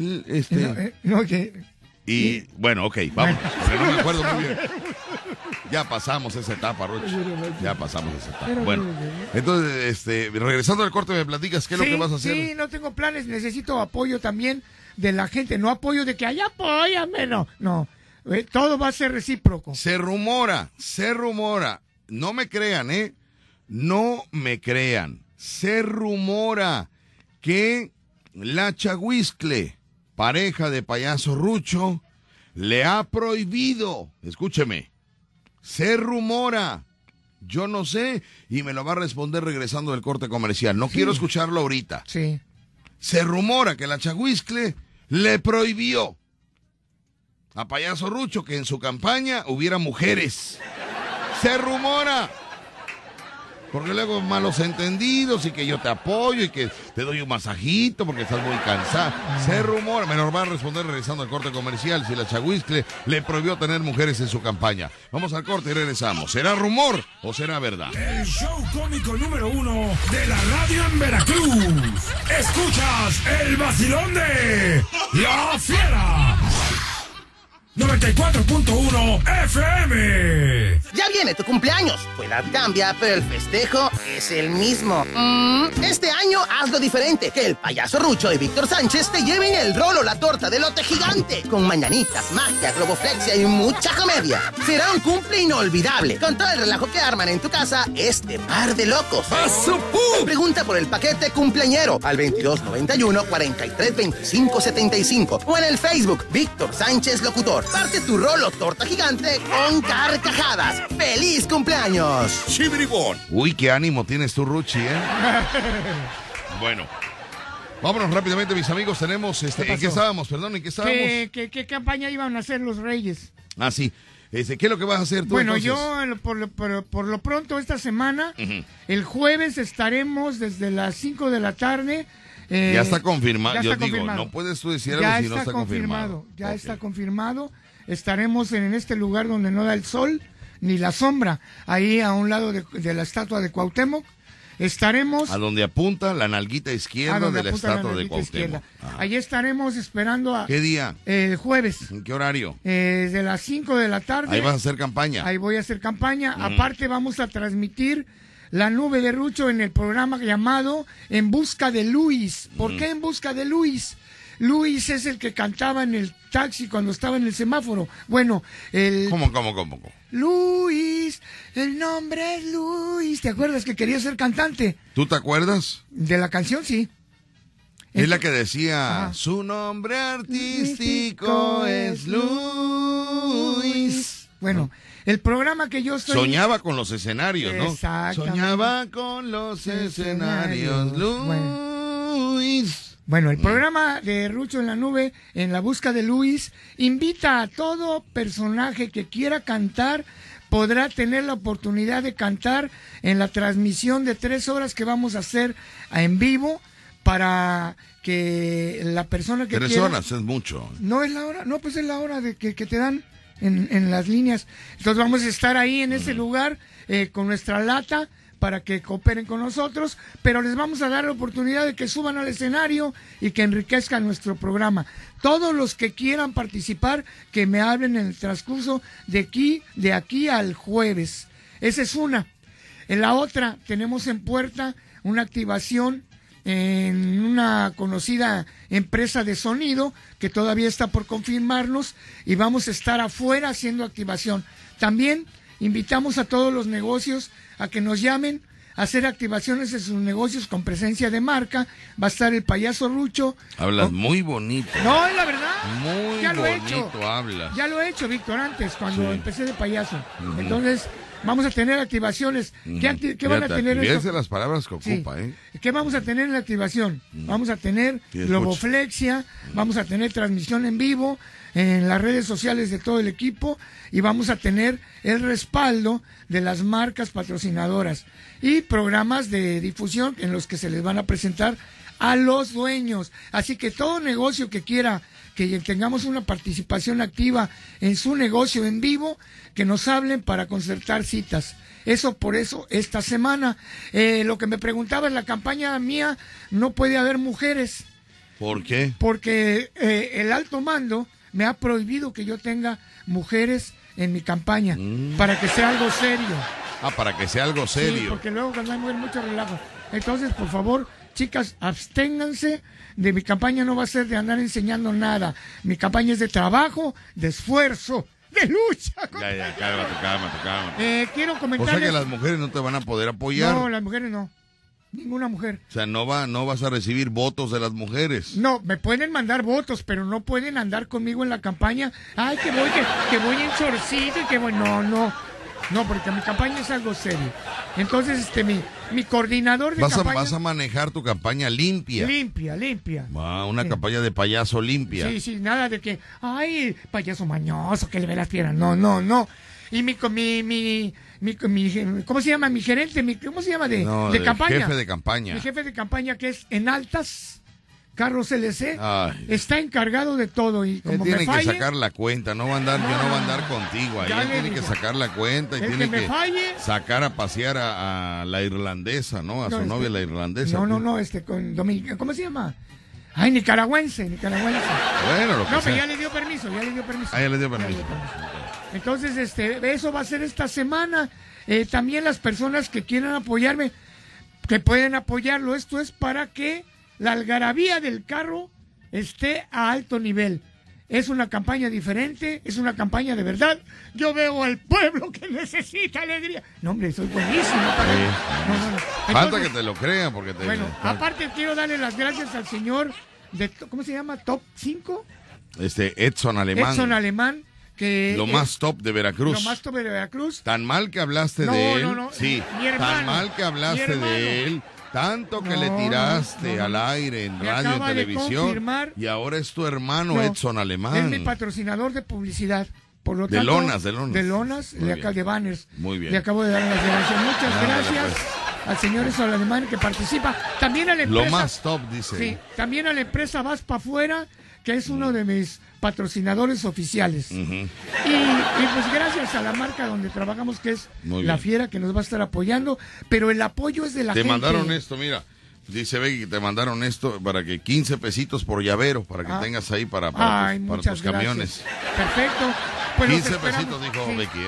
y bueno, ok, vamos, porque no me acuerdo muy bien. Ya pasamos esa etapa, Rucho. Ya pasamos esa etapa. Bueno, entonces, regresando al corte, me platicas qué es lo que vas a hacer. Sí, no tengo planes, necesito apoyo también de la gente, no apoyo de que allá apóyame, no, todo va a ser recíproco. Se rumora, no me crean, no me crean, se rumora que la Chahuiscle, pareja de Payaso Rucho, le ha prohibido, escúcheme, se rumora, yo no sé, y me lo va a responder regresando del corte comercial, no quiero escucharlo ahorita. Sí. Se rumora que la Chahuiscle le prohibió a Payaso Rucho que en su campaña hubiera mujeres. Se rumora. Porque luego malos entendidos y que yo te apoyo y que te doy un masajito porque estás muy cansada. Se rumora. Me lo va a responder regresando al corte comercial si la Chahuiscle le prohibió tener mujeres en su campaña. Vamos al corte y regresamos. ¿Será rumor o será verdad? El show cómico número 1 de la radio en Veracruz. Escuchas el vacilón de La Fiera. 94.1 FM. Ya viene tu cumpleaños. Tu edad cambia, pero el festejo es el mismo. Este año hazlo diferente. Que el Payaso Rucho y Víctor Sánchez te lleven el rolo, la torta de lote gigante. Con mañanitas, magia, globoflexia y mucha comedia. Será un cumple inolvidable. Con todo el relajo que arman en tu casa este par de locos. Pregunta por el paquete cumpleañero al 2291-432575 o en el Facebook Víctor Sánchez Locutor. Parte tu rolo torta gigante con carcajadas. ¡Feliz cumpleaños! ¡Chibribón! Uy, qué ánimo tienes tú, Ruchi, Bueno, vámonos rápidamente, mis amigos. Tenemos, ¿en qué estábamos? Perdón, ¿en qué estábamos? ¿Qué campaña iban a hacer los Reyes? Ah, sí. ¿Qué es lo que vas a hacer tú? Bueno, entonces? yo por lo pronto esta semana, el jueves estaremos desde las 5 de la tarde. Ya está confirmado. Ya Yo está digo, confirmado. no puedes tú decir algo Ya si no está confirmado. Ya Ok. está confirmado. Estaremos en este lugar donde no da el sol ni la sombra, ahí a un lado de la estatua de Cuauhtémoc. Estaremos A donde apunta la nalguita izquierda donde de la apunta la estatua de nalguita izquierda. Cuauhtémoc. Ajá. Allí estaremos esperando a ¿Qué día? el jueves, ¿En qué horario? de las 5 de la tarde. Ahí vas a hacer campaña. Ahí voy a hacer campaña. Aparte vamos a transmitir la nube de Rucho en el programa llamado En Busca de Luis. ¿Por qué En Busca de Luis? Luis es el que cantaba en el taxi cuando estaba en el semáforo. Bueno, ¿Cómo? Luis, el nombre es Luis. ¿Te acuerdas que quería ser cantante? ¿Tú te acuerdas? De la canción, sí. Es la que decía, Ajá. su nombre artístico es Luis. Bueno, el programa que yo estoy... Soñaba con los escenarios, ¿no? Exactamente. Soñaba con los escenarios, Luis. Bueno, el programa de Rucho en la Nube, En la Busca de Luis, invita a todo personaje que quiera cantar, podrá tener la oportunidad de cantar en la transmisión de 3 horas que vamos a hacer en vivo para que la persona que 3 quiera... horas es mucho. No es la hora, no, pues es la hora de que te dan en las líneas. Entonces vamos a estar ahí en ese lugar con nuestra lata para que cooperen con nosotros, pero les vamos a dar la oportunidad de que suban al escenario y que enriquezcan nuestro programa. Todos los que quieran participar, que me hablen en el transcurso de aquí al jueves. Esa es una. En la otra, tenemos en puerta una activación en una conocida empresa de sonido que todavía está por confirmarnos y vamos a estar afuera haciendo activación. También invitamos a todos los negocios a que nos llamen hacer activaciones en sus negocios con presencia de marca. Va a estar el payaso Rucho. Hablas muy bonito. No, es la verdad. Muy ya lo he bonito hecho. hablas. Ya lo he hecho, Víctor, antes, cuando Sí. empecé de payaso. Entonces, vamos a tener activaciones. ¿Qué van a tener Fíjate eso? las palabras que Sí. ocupa, ¿eh? ¿Qué vamos a tener en la activación? Vamos a tener Sí, es globoflexia, vamos a tener transmisión en vivo en las redes sociales de todo el equipo y vamos a tener el respaldo de las marcas patrocinadoras y programas de difusión en los que se les van a presentar a los dueños. Así que todo negocio que quiera que tengamos una participación activa en su negocio en vivo, que nos hablen para concertar citas. Por eso, esta semana, lo que me preguntaba en la campaña mía, no puede haber mujeres, ¿Por qué? porque el alto mando me ha prohibido que yo tenga mujeres en mi campaña, para que sea algo serio. Ah, para que sea algo serio. Sí, porque luego cuando hay mucho relajo. Entonces, por favor, chicas, absténganse. De mi campaña no va a ser de andar enseñando nada. Mi campaña es de trabajo, de esfuerzo, de lucha. Ya, cálmate. Quiero O comentarles... sea que las mujeres no te van a poder apoyar. No, las mujeres no. Ninguna mujer. O sea, no vas a recibir votos de las mujeres. No, me pueden mandar votos, pero no pueden andar conmigo en la campaña. Ay, que voy en chorcito y que voy... No, porque mi campaña es algo serio. Entonces, mi coordinador de campaña... Vas a manejar tu campaña limpia. Limpia. Una Sí. campaña de payaso limpia. Sí, nada de que, ay, payaso mañoso, que le ve las piernas. No. Y ¿cómo se llama? Mi gerente, ¿cómo se llama? De campaña. Jefe de campaña. Mi jefe de campaña, que es en Altas, Carlos LC, Ay. está encargado de todo. Y como Tiene me falle, que sacar la cuenta, yo no voy a andar contigo. ya Él le tiene que digo. sacar la cuenta y El tiene que me que falle. sacar a pasear a la irlandesa, ¿no? A su novia, la irlandesa. No, con Dominicana, ¿cómo se llama? Ay, nicaragüense. Bueno, lo que No, pero sea. ya le dio permiso. Ah, ya le dio permiso. Entonces, eso va a ser esta semana. También las personas que quieran apoyarme, que pueden apoyarlo. Esto es para que la algarabía del carro esté a alto nivel. Es una campaña diferente, es una campaña de verdad. Yo veo al pueblo que necesita alegría. No, hombre, soy buenísimo para Sí. No. Falta Entonces, que te lo crean porque te... bueno, aparte quiero darle las gracias al señor de, ¿cómo se llama? Top 5. Edson Alemán. Edson Alemán, que Lo más top de Veracruz. Lo más top de Veracruz. Tan mal que hablaste No, de él. no. Sí, Mi hermano, tan mal que hablaste mi hermano. de él. Tanto que No, le tiraste no. al aire, en Me radio, en acaba de televisión. confirmar. Y ahora es tu hermano No, Edson Alemán. Es mi patrocinador de publicidad. Por lo De tanto, lonas. De lonas, Muy bien. de banners. Muy bien. Le acabo de dar las gracias. Muchas Ándale, gracias pues. al señor Edson Alemán que participa. También a la empresa. Lo más top, dice. Sí, también a la empresa Vas Pa' Afuera, que es uno de mis patrocinadores oficiales. Ujú. Y pues gracias a la marca donde trabajamos, que es Muy La bien. Fiera, que nos va a estar apoyando, pero el apoyo es de la Te gente. mandaron esto, mira. Dice Becky que te mandaron esto para que 15 pesitos por llavero, para que tengas ahí para Ay, para muchas tus camiones. gracias. Perfecto. Pues los 15 esperamos. pesitos, dijo Becky,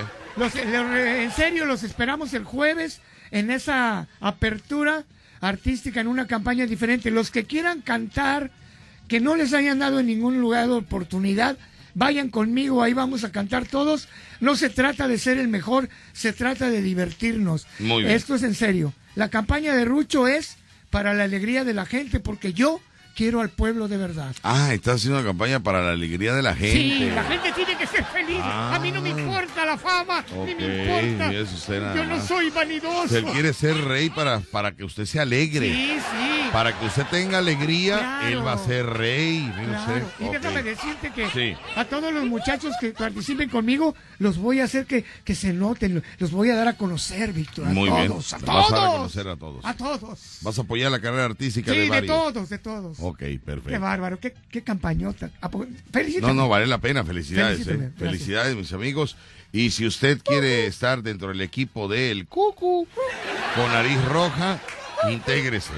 ¿eh? En serio, los esperamos el jueves en esa apertura artística en una campaña diferente. Los que quieran cantar, que no les hayan dado en ningún lugar de oportunidad, vayan conmigo, ahí vamos a cantar todos. No se trata de ser el mejor, se trata de divertirnos. Muy bien. Esto es en serio. La campaña de Rucho es para la alegría de la gente, porque yo quiero al pueblo de verdad. Ah, estás haciendo una campaña para la alegría de la gente. Sí, la gente tiene que ser feliz. A mí no me importa la fama, ni Ok, me importa. eso usted nada Yo no más. soy vanidoso. Él quiere ser rey para que usted se alegre. Sí. Para que usted tenga alegría, Claro. él va a ser rey. mire Claro. usted. Y Ok. déjame decirte que Sí. a todos los muchachos que participen conmigo, los voy a hacer que se noten, los voy a dar a conocer, Víctor. A Muy bien. todos, a Vas todos. a dar a conocer a todos. A todos. Vas a apoyar la carrera artística Sí, de de varios. todos. Ok, Qué perfecto. bárbaro, qué campañota. Felicítame. No, vale la pena. Felicidades. Felicítame, gracias. Felicidades, mis amigos. Y si usted quiere estar dentro del equipo del Cucu con nariz roja, intégrese.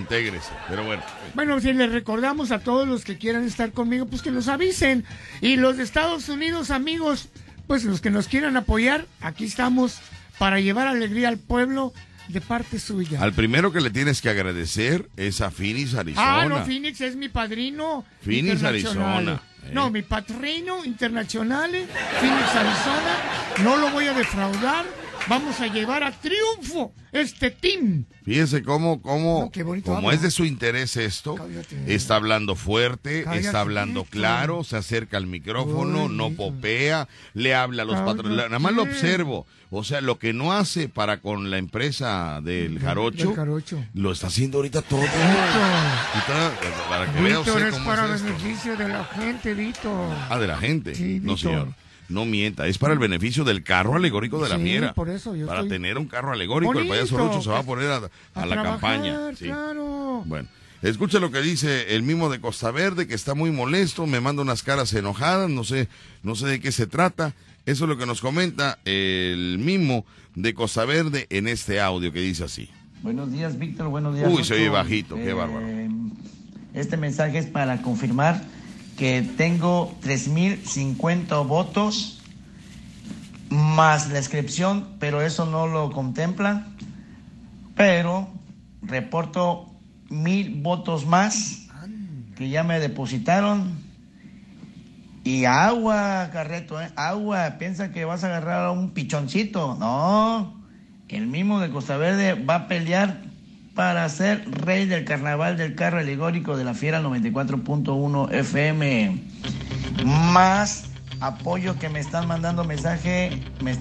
Pero bueno. Bueno, si les recordamos a todos los que quieran estar conmigo, pues que nos avisen. Y los de Estados Unidos, amigos, pues los que nos quieran apoyar, aquí estamos para llevar alegría al pueblo de parte suya. Al primero que le tienes que agradecer es a Phoenix, Arizona. Ah, no, Phoenix es mi padrino. Phoenix, internacional. Arizona. No, mi padrino internacional, Phoenix, Arizona. No lo voy a defraudar. vamos a llevar a triunfo este team. Fíjese cómo No, qué bonito como habla. es de su interés esto, Cállate. está hablando fuerte, Cállate, está hablando Víctor. claro, se acerca al micrófono, Ay, no Víctor. popea, le habla a los Cállate. patrones, nada más lo observo. O sea, lo que no hace para con la empresa del Jarocho, Del Jarocho. lo está haciendo ahorita todo. Víctor. Ahorita, para que vea Víctor, usted es cómo para es esto. beneficio de la gente, Víctor. Ah, de la gente. Sí, No, Víctor. señor. No mienta, es para el beneficio del carro alegórico de la Sí, fiera. por eso yo para estoy- tener un carro alegórico, Bonito, el payaso Rucho se va a pues, poner a la trabajar, campaña. Sí. Claro. Bueno, escucha lo que dice el mimo de Costa Verde, que está muy molesto, me manda unas caras enojadas, no sé de qué se trata. Eso es lo que nos comenta el mimo de Costa Verde en este audio que dice así. Buenos días, Víctor. Buenos días. Uy, se oye Rucho. bajito, qué bárbaro. Este mensaje es para confirmar que tengo 3,050 votos más la inscripción, pero eso no lo contempla. Pero reporto 1,000 votos más que ya me depositaron. Y agua, Carreto, agua. Piensa que vas a agarrar a un pichoncito. No, el mismo de Costa Verde va a pelear para ser rey del carnaval del carro alegórico de la Fiera 94.1 FM. Más apoyo que me están mandando mensaje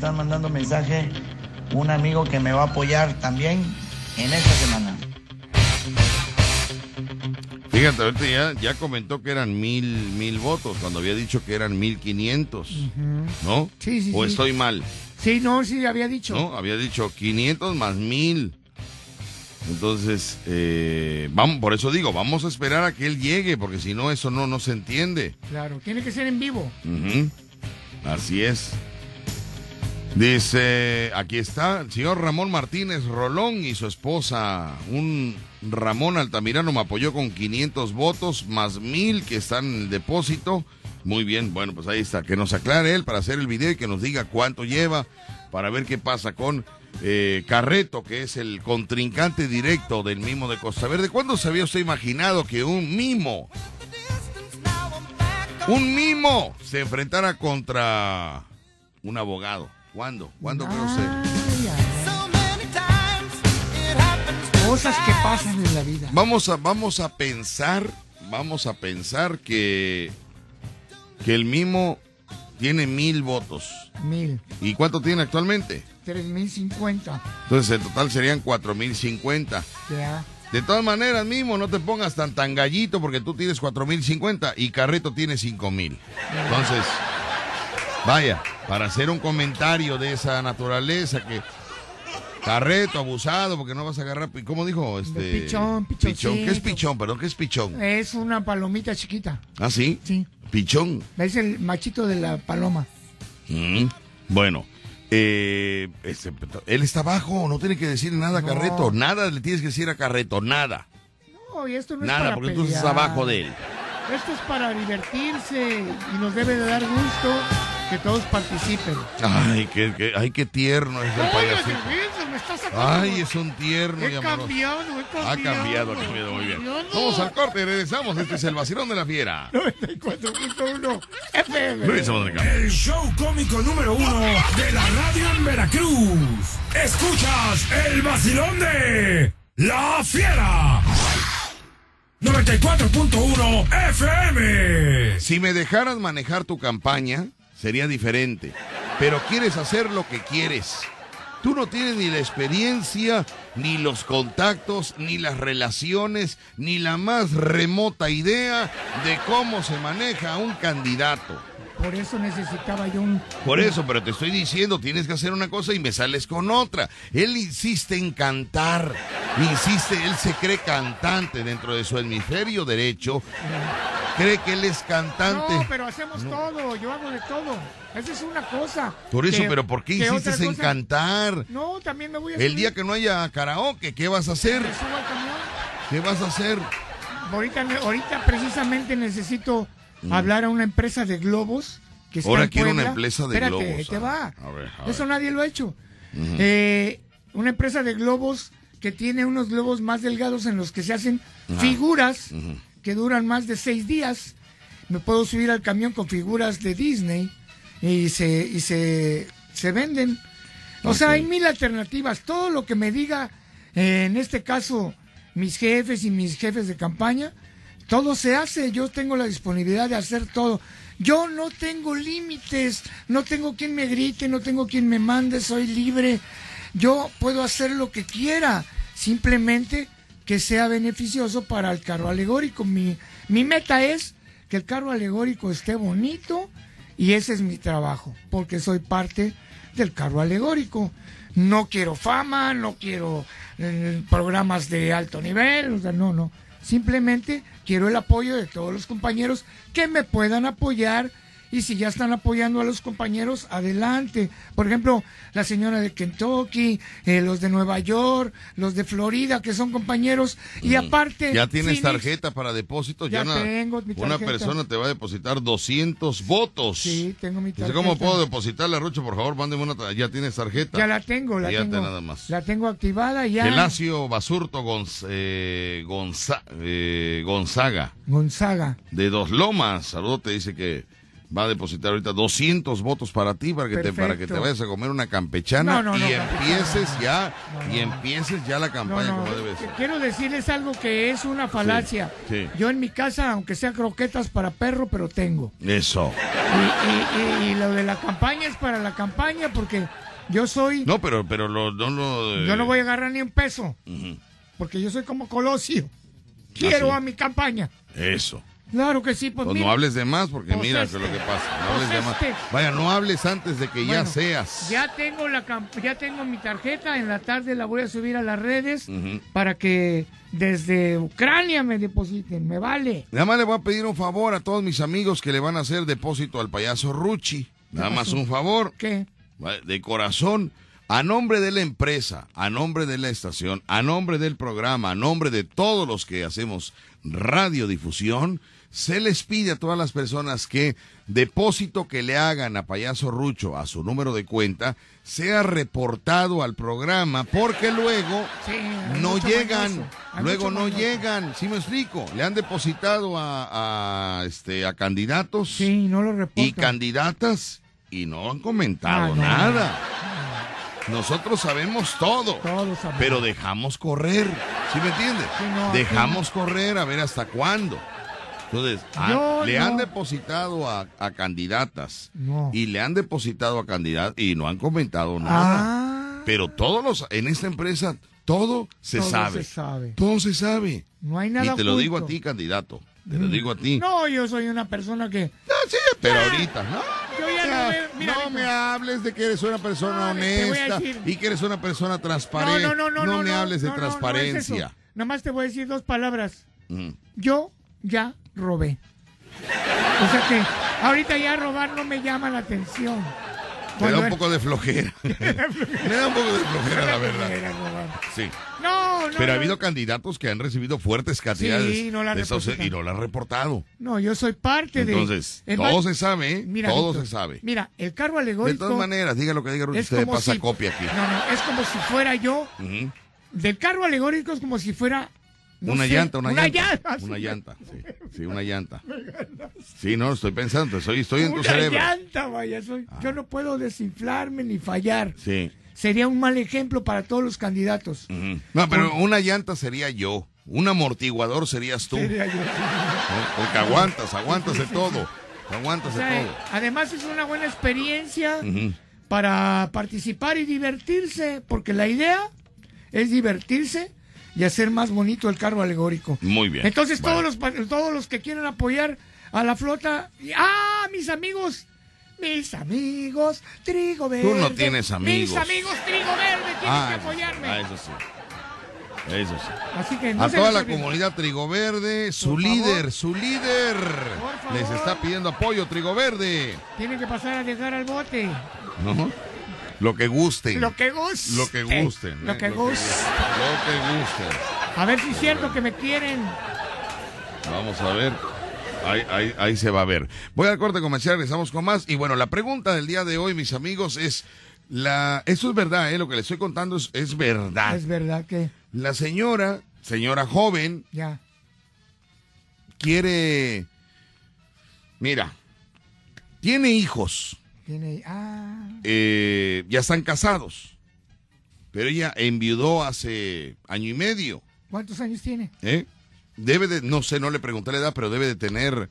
un amigo que me va a apoyar también en esta semana. Fíjate, ahorita ya comentó que eran 1,000 votos, cuando había dicho que eran 1,500, ¿no? Sí, sí, ¿O sí. estoy mal? Sí, no, sí, había dicho. No, había dicho 500 más 1,000. Entonces, vamos, por eso digo, vamos a esperar a que él llegue, porque si no, eso no se entiende. Claro, tiene que ser en vivo. Ujú. Así es. Dice, aquí está el señor Ramón Martínez Rolón y su esposa. Un Ramón Altamirano me apoyó con 500 votos, más 1,000 que están en el depósito. Muy bien, bueno, pues ahí está. Que nos aclare él para hacer el video y que nos diga cuánto lleva para ver qué pasa con Carreto, que es el contrincante directo del mimo de Costa Verde. ¿Cuándo se había usted imaginado que un mimo se enfrentara contra un abogado? ¿Cuándo? ¿Cuándo cree usted? Ay, ay. Cosas que pasan en la vida. Vamos a pensar que el mimo tiene 1,000 votos. 1,000. ¿Y cuánto tiene actualmente? 3,050. Entonces en total serían 4,050. Ya. De todas maneras, Mimo, no te pongas tan gallito porque tú tienes 4,050 y Carreto tiene 5,000. Entonces, vaya, para hacer un comentario de esa naturaleza que Carreto, abusado, porque no vas a agarrar, ¿cómo dijo? Pichón. ¿Qué es pichón? Perdón, ¿qué es pichón? Es una palomita chiquita. ¿Ah, sí? Sí. Pichón. Es el machito de la paloma. Bueno, él está abajo, no tiene que decir nada a No. Carreto, nada le tienes que decir a Carreto, nada. No, y esto no es Nada, para porque tú pelear. estás abajo de él. Esto es para divertirse y nos debe de dar gusto que todos participen. Ay, qué tierno es el Oye, payasito. Silvestre, me estás sacando. Ay, es un tierno y He amoroso. cambiado, Ha cambiado, muy bien. Vamos al corte y regresamos. Este es el vacilón de la fiera. 94.1 FM. Regresamos de acá. El show cómico número 1 de la radio en Veracruz. Escuchas el vacilón de La Fiera. 94.1 FM. Si me dejaras manejar tu campaña, sería diferente. Pero quieres hacer lo que quieres. Tú no tienes ni la experiencia, ni los contactos, ni las relaciones, ni la más remota idea de cómo se maneja un candidato. Por eso necesitaba yo un... Por eso, pero te estoy diciendo, tienes que hacer una cosa y me sales con otra. Él insiste en cantar, él se cree cantante dentro de su hemisferio derecho, cree que él es cantante. No, pero hacemos todo, yo hago de todo. Esa es una cosa. Por eso, Que- pero ¿por qué que insistes otra en cosa- cantar? No, también me voy a El día que no haya karaoke, ¿qué vas a hacer? Me subo al camión. ¿Qué vas a hacer? Ahorita precisamente necesito hablar a una empresa de globos que está Ahora en quiero Puebla. una empresa de Espérate, globos. ahí te va. A ver. Eso nadie lo ha hecho. Una empresa de globos que tiene unos globos más delgados en los que se hacen figuras que duran más de 6 días. Me puedo subir al camión con figuras de Disney y se venden. O sea, hay 1000 alternativas. Todo lo que me diga, en este caso, mis jefes y mis jefes de campaña, todo se hace. Yo tengo la disponibilidad de hacer todo. Yo no tengo límites, no tengo quien me grite, no tengo quien me mande, soy libre. Yo puedo hacer lo que quiera, simplemente que sea beneficioso para el carro alegórico. Mi meta es que el carro alegórico esté bonito y ese es mi trabajo, porque soy parte del carro alegórico. No quiero fama, no quiero programas de alto nivel, o sea, no. Simplemente quiero el apoyo de todos los compañeros que me puedan apoyar. Y si ya están apoyando a los compañeros, adelante. Por ejemplo, la señora de Kentucky, los de Nueva York, los de Florida, que son compañeros. Y aparte... ¿Ya tienes tarjeta para depósitos? Ya tengo mi tarjeta. Una persona te va a depositar 200 votos. Sí, tengo mi tarjeta. ¿Cómo puedo depositarle, Rucho? Por favor, mándeme una tarjeta. ¿Ya tienes tarjeta? Ya la tengo, Nada más. La tengo activada ya. Gelacio Basurto Gonzaga. De Dos Lomas. Saludos, te dice que va a depositar ahorita 200 votos para ti, para que te vayas a comer una campechana y empieces ya la campaña como debe ser. Quiero decirles algo que es una falacia. Sí. Yo en mi casa, aunque sea croquetas para perro, pero tengo. Eso. Y lo de la campaña es para la campaña, porque yo soy... No, pero Yo no voy a agarrar ni un peso, porque yo soy como Colosio. Quiero a mi campaña. Eso. Claro que sí, pues mira, no hables de más, porque mira que lo que pasa. No hables de más. Vaya, no hables antes de que ya seas. Ya tengo mi tarjeta, en la tarde la voy a subir a las redes para que desde Ucrania me depositen, me vale. Nada más le voy a pedir un favor a todos mis amigos que le van a hacer depósito al payaso Ruchi. Nada más un favor. ¿Qué? De corazón, a nombre de la empresa, a nombre de la estación, a nombre del programa, a nombre de todos los que hacemos radiodifusión, se les pide a todas las personas que depósito que le hagan a Payaso Rucho a su número de cuenta sea reportado al programa, porque luego no llegan, ¿sí me explico? Le han depositado a candidatos no lo reportan. Y candidatas y no han comentado nada. Nosotros sabemos todo, pero dejamos correr, ¿sí me entiendes? Dejamos correr a ver hasta cuándo. Entonces, le han depositado a candidatas y le han depositado a candidatos y no han comentado nada. Pero en esta empresa, todo se sabe. Todo se sabe. No hay nada y te lo digo a ti, candidato. Te lo digo a ti. No, yo soy una persona que... No, sí, pero ahorita, ¿no? Yo ya no me hables de que eres una persona honesta y que eres una persona transparente. No me hables de transparencia. No es eso. Nomás te voy a decir 2 palabras. Yo ya robé. O sea que ahorita ya robar no me llama la atención. Me da un poco de flojera. Me da un poco de flojera, la verdad. Sí. Pero ha habido candidatos que han recibido fuertes cantidades y no la han reportado. No, yo soy parte Entonces, todo se sabe, todo se sabe. Mira, el carro alegórico... De todas maneras, diga lo que diga, usted pasa copia aquí. No, es como si fuera yo... Del carro alegórico es como si fuera... Una llanta. Sí, una llanta. Sí, no, estoy pensando, estoy en tu cerebro. Una llanta, vaya, yo no puedo desinflarme ni fallar. Sí. Sería un mal ejemplo para todos los candidatos. No, pero una llanta sería yo. Un amortiguador serías tú. Sería yo. Porque aguantas de todo. Aguantas de todo. Además es una buena experiencia para participar y divertirse, porque la idea es divertirse y hacer más bonito el carro alegórico. Muy bien. Entonces todos los que quieran apoyar a la flota, mis amigos Trigo Verde. Tú no tienes amigos. Mis amigos Trigo Verde tienen que apoyarme. Eso sí. Así que a toda la comunidad Trigo Verde, su líder les está pidiendo apoyo. Trigo Verde tienen que pasar a dejar al bote. Lo que gusten. Lo que gusten. A ver si es cierto que me quieren. Vamos a ver. Ahí se va a ver. Voy al corte comercial, regresamos con más. Y bueno, la pregunta del día de hoy, mis amigos, es... Eso es verdad, lo que les estoy contando es verdad. Es verdad que... La señora joven... Ya. Quiere... Mira, tiene hijos. Tiene... ya están casados. Pero ella enviudó hace año y medio. ¿Cuántos años tiene? Debe de, no sé, no le pregunté la edad, pero debe de tener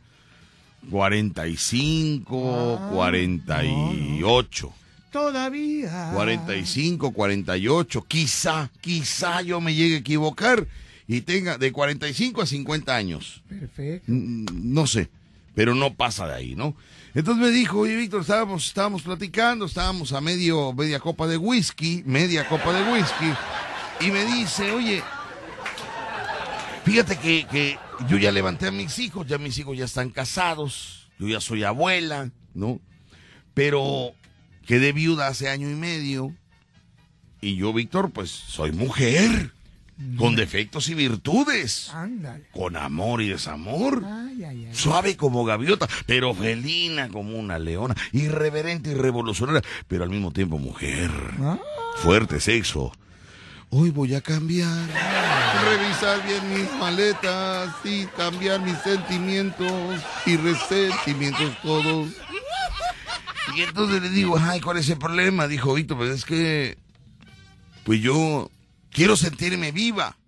45, 48. No. Todavía. 45, 48. Quizá yo me llegue a equivocar y tenga de 45 a 50 años. Perfecto. No sé, pero no pasa de ahí, ¿no? Entonces me dijo, oye, Víctor, estábamos platicando, estábamos a media copa de whisky, y me dice, oye, fíjate que yo ya levanté a mis hijos ya están casados, yo ya soy abuela, ¿no? Pero quedé viuda hace año y medio, y yo, Víctor, pues soy mujer, con defectos y virtudes. Ándale. Con amor y desamor. Ay. Suave como gaviota, pero felina como una leona. Irreverente y revolucionaria, pero al mismo tiempo mujer. Fuerte sexo. Hoy voy a cambiar. Revisar bien mis maletas y cambiar mis sentimientos y resentimientos todos. Y entonces le digo, ay, ¿cuál es el problema? Dijo Víctor, pues es que... Pues yo... Quiero sentirme viva,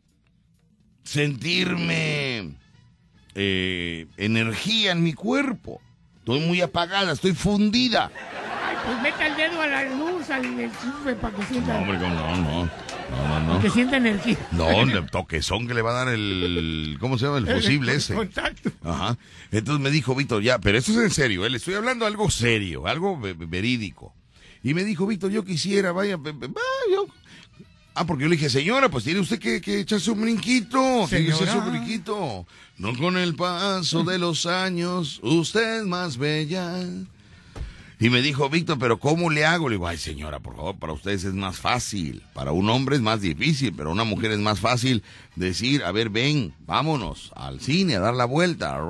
sentirme energía en mi cuerpo. Estoy muy apagada, estoy fundida. Ay, pues meta el dedo a la luz, al enchufe para que sienta. No, hombre, no. Para que sienta energía. No, el toquezón que le va a dar el... ¿Cómo se llama? El fusible ese. Contacto. Ajá. Entonces me dijo, Víctor, ya, pero esto es en serio, le estoy hablando algo serio, algo verídico. Y me dijo, Víctor, yo quisiera, vaya, porque yo le dije, señora, pues tiene usted que echarse un brinquito. Tiene que echarse un brinquito. No con el paso de los años, usted es más bella. Y me dijo, Víctor, ¿pero cómo le hago? Le digo, ay, señora, por favor, para ustedes es más fácil. Para un hombre es más difícil, pero una mujer es más fácil decir, a ver, ven, vámonos al cine a dar la vuelta.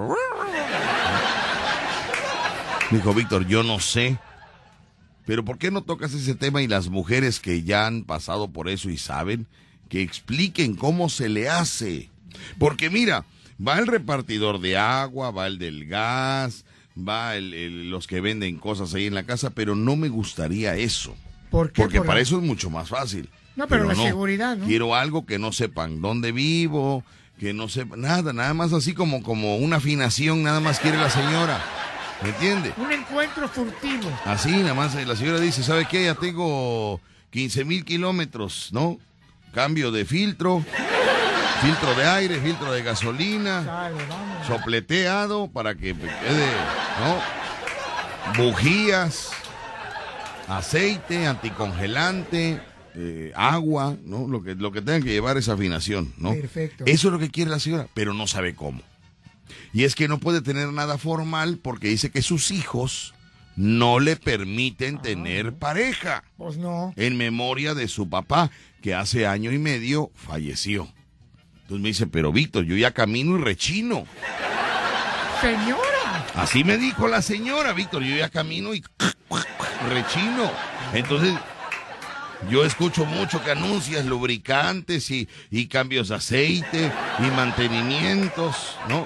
Me dijo, Víctor, yo no sé. Pero ¿por qué no tocas ese tema y las mujeres que ya han pasado por eso y saben, que expliquen cómo se le hace? Porque mira, va el repartidor de agua, va el del gas, va los que venden cosas ahí en la casa, pero no me gustaría eso. ¿Por qué? Porque para eso es mucho más fácil. No, pero la seguridad, ¿no? Quiero algo que no sepan dónde vivo, que no sepan nada más así como una afinación, nada más quiere la señora. ¿Me entiende? Un encuentro furtivo. Así, nada más la señora dice, ¿sabe qué? Ya tengo 15,000 kilómetros, ¿no? Cambio de filtro de aire, filtro de gasolina, sopleteado para que quede, ¿no? Bujías, aceite, anticongelante, agua, ¿no? Lo que tengan que llevar es afinación, ¿no? Perfecto. Eso es lo que quiere la señora, pero no sabe cómo. Y es que no puede tener nada formal porque dice que sus hijos no le permiten tener pareja. Pues no. En memoria de su papá, que hace año y medio falleció. Entonces me dice, pero Víctor, yo ya camino y rechino. Señora. Así me dijo la señora, Víctor, yo ya camino y rechino. Entonces... Yo escucho mucho que anuncias lubricantes y cambios de aceite y mantenimientos, ¿no?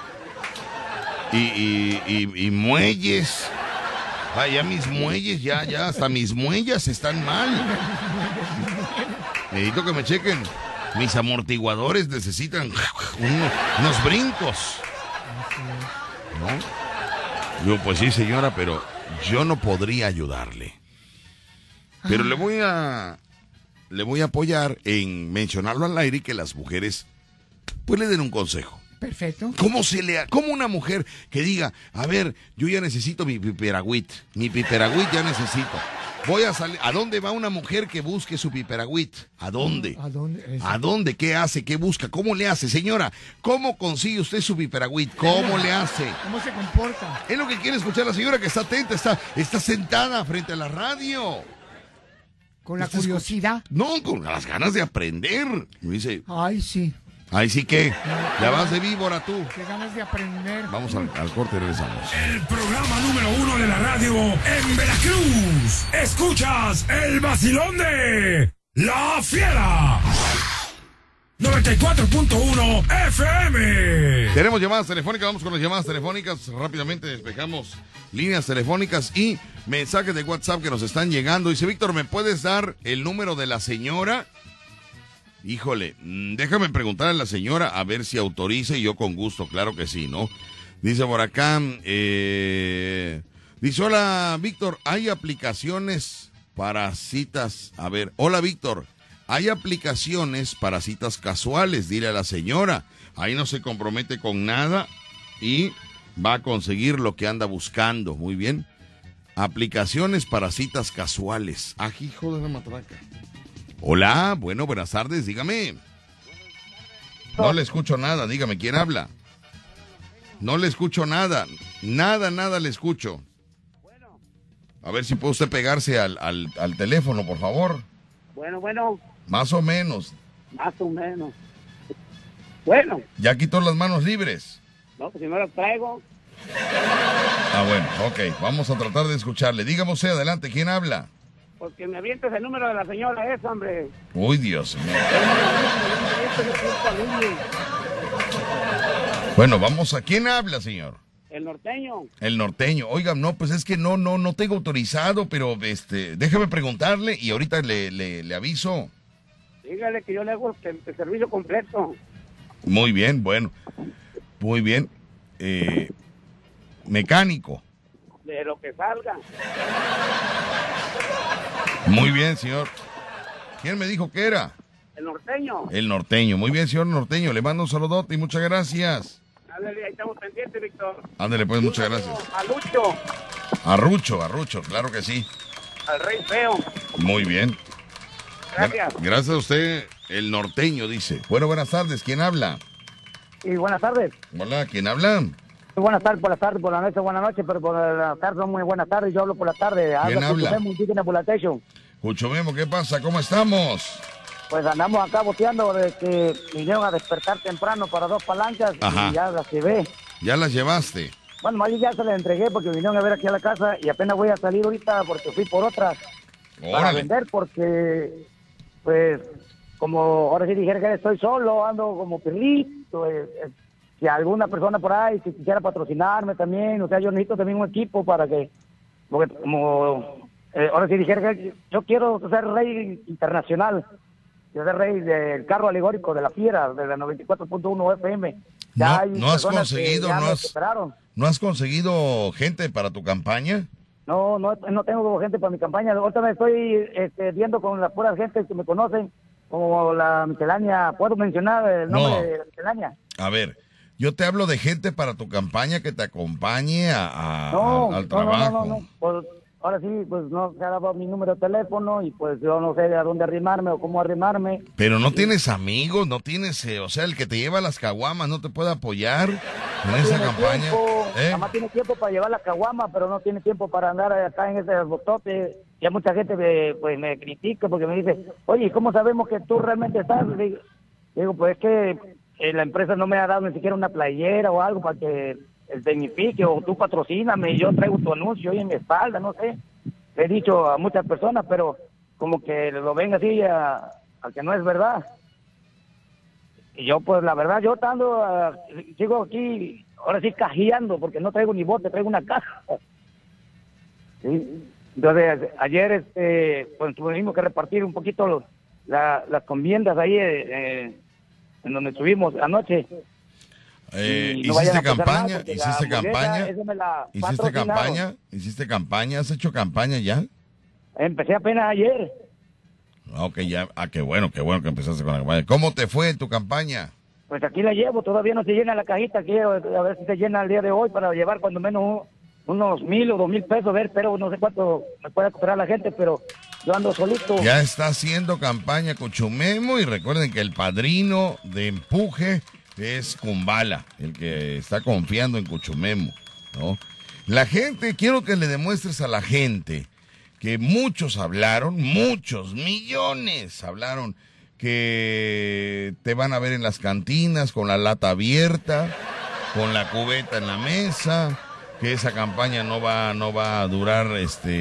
Y muelles. Ya mis muelles, ya, hasta mis muellas están mal. Necesito que me chequen. Mis amortiguadores necesitan unos brincos. ¿No? Yo, pues sí, señora, pero yo no podría ayudarle. Pero le voy a apoyar en mencionarlo al aire y que las mujeres pues le den un consejo. Perfecto. ¿Cómo una mujer que diga, a ver, yo ya necesito mi piperagüit ya necesito. Voy a salir. ¿A dónde va una mujer que busque su piperagüit? ¿A dónde? ¿A dónde? ¿Qué hace? ¿Qué busca? ¿Cómo le hace, señora? ¿Cómo consigue usted su piperagüit? ¿Cómo le hace? ¿Cómo se comporta? Es lo que quiere escuchar la señora que está atenta, está sentada frente a la radio. Con la curiosidad. No, con las ganas de aprender. Me dice, ay, sí. Ay, sí que. Ya vas de víbora tú. Qué ganas de aprender. Vamos al corte y regresamos. El programa número 1 de la radio en Veracruz. Escuchas el vacilón de La Fiera. 94.1 FM. Tenemos llamadas telefónicas, vamos con las llamadas telefónicas. Rápidamente despejamos líneas telefónicas y mensajes de WhatsApp que nos están llegando. Dice Víctor, ¿me puedes dar el número de la señora? Híjole, déjame preguntar a la señora a ver si autoriza y yo con gusto, claro que sí, ¿no? Dice por acá, dice, hola Víctor, ¿hay aplicaciones para citas? A ver, hola Víctor, hay aplicaciones para citas casuales, dile a la señora. Ahí no se compromete con nada y va a conseguir lo que anda buscando. Muy bien. Aplicaciones para citas casuales. Ah, hijo de la matraca. Hola, bueno, buenas tardes, dígame. No le escucho nada, dígame, ¿quién habla? No le escucho nada, nada le escucho. A ver si puede usted pegarse al teléfono, por favor. Bueno. Más o menos. Bueno. ¿Ya quitó las manos libres? No, pues si no las traigo. Ah, bueno, ok, vamos a tratar de escucharle. Dígame usted, adelante, ¿quién habla? Porque me avientes el número de la señora esa, hombre. Uy, Dios mío. Bueno, vamos a... ¿Quién habla, señor? El norteño. El norteño. Oiga, no, pues es que no tengo autorizado, pero déjeme preguntarle y ahorita le aviso. Dígale que yo le hago el servicio completo. Muy bien, bueno. Muy bien. Mecánico. De lo que salga. Muy bien, señor. ¿Quién me dijo que era? El norteño. El norteño. Muy bien, señor norteño. Le mando un saludote y muchas gracias. Ándale, ahí estamos pendientes, Víctor. Ándale, pues, muchas gracias. A Lucho. A Rucho, claro que sí. Al Rey Feo. Muy bien. Gracias. Gracias a usted, el norteño, dice. Bueno, buenas tardes. ¿Quién habla? Y buenas tardes. Hola, ¿quién habla? Muy buenas tardes, por la noche, buenas noches, pero por la tarde son muy buenas tardes. Yo hablo por la tarde. ¿Quién habla? Cucho Memo, ¿qué pasa? ¿Cómo estamos? Pues andamos acá boteando de que vinieron a despertar temprano para 2 palancas. Ajá. Y ya las llevé. ¿Ya las llevaste? Bueno, más ya se las entregué porque vinieron a ver aquí a la casa y apenas voy a salir ahorita porque fui por otras para vender porque, pues, como ahora sí dijera que estoy solo, ando como perrito. Si alguna persona por ahí si quisiera patrocinarme también, o sea, yo necesito también un equipo para que, porque como ahora sí dijera que yo quiero ser rey internacional, quiero ser rey del carro alegórico de la fiera, de la 94.1 FM. Ya ¿No has conseguido gente para tu campaña? No tengo gente para mi campaña. Ahorita me estoy viendo con la pura gente que me conocen, como la miscelánea. ¿Puedo mencionar el nombre de la miscelánea? A ver, yo te hablo de gente para tu campaña que te acompañe al trabajo. No. Pues, ahora sí, pues no se ha dado mi número de teléfono y pues yo no sé a dónde arrimarme o cómo arrimarme. Pero no tienes amigos, no tienes, o sea, el que te lleva las caguamas no te puede apoyar en esa campaña. Además tiene tiempo para llevar la caguama, pero no tiene tiempo para andar acá en ese botote. Ya mucha gente me critica porque me dice, oye, ¿cómo sabemos que tú realmente estás? Digo, pues es que la empresa no me ha dado ni siquiera una playera o algo para que signifique, o tú patrocíname y yo traigo tu anuncio ahí en mi espalda, no sé. Le he dicho a muchas personas, pero como que lo ven así a que no es verdad. Y yo, pues la verdad, yo sigo aquí, ahora sí cajeando, porque no traigo ni bote, traigo una caja. ¿Sí? Entonces, ayer pues tuvimos que repartir un poquito las encomiendas ahí en donde estuvimos anoche. ¿Hiciste campaña? ¿Hiciste campaña? ¿Has hecho campaña ya? Empecé apenas ayer. Ok, ya. Qué bueno que empezaste con la campaña. ¿Cómo te fue en tu campaña? Pues aquí la llevo, todavía no se llena la cajita, quiero a ver si se llena el día de hoy para llevar cuando menos unos 1,000 o 2,000 pesos, pero no sé cuánto me puede cobrar la gente, pero yo ando solito. Ya está haciendo campaña Cucho Memo y recuerden que el padrino de empuje es Kumbala, el que está confiando en Cucho Memo, ¿no? La gente, quiero que le demuestres a la gente que muchos hablaron, muchos, millones hablaron que te van a ver en las cantinas con la lata abierta, con la cubeta en la mesa, que esa campaña no va a durar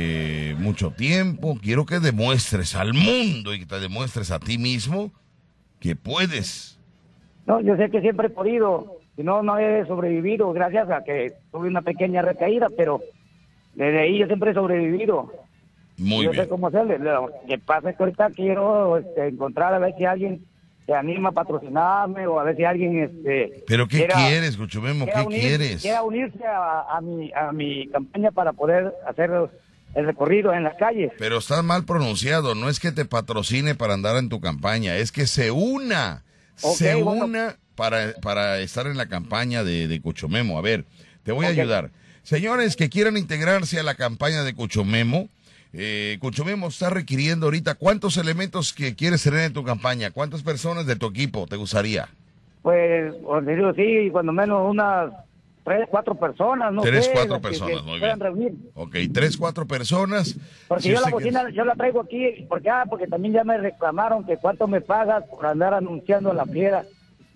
mucho tiempo. Quiero que demuestres al mundo y que te demuestres a ti mismo que puedes. No, yo sé que siempre he podido, si no, no he sobrevivido gracias a que tuve una pequeña recaída, pero desde ahí yo siempre he sobrevivido. Muy yo bien. sé cómo hacerle. Lo que pasa es que ahorita quiero encontrar a ver si alguien se anima a patrocinarme o a ver si alguien... ¿Pero qué quieres, Cuchumemo? ¿Qué quieres? Quiera unirse a mi campaña para poder hacer el recorrido en las calles. Pero estás mal pronunciado, no es que te patrocine para andar en tu campaña, es que se una. Se una para estar en la campaña de Cuchumemo. A ver, te voy a ayudar. Señores que quieran integrarse a la campaña de Cuchumemo, Cuchumemo está requiriendo ahorita, ¿cuántos elementos que quieres tener en tu campaña? ¿Cuántas personas de tu equipo te gustaría? Pues, os digo, sí, cuando menos unas 3, 4 personas, no 3, sé. 4 personas, muy bien. Reunir. Ok, 3, 4 personas. Porque yo la bocina, yo la traigo aquí, porque también ya me reclamaron que cuánto me pagas por andar anunciando la fiera.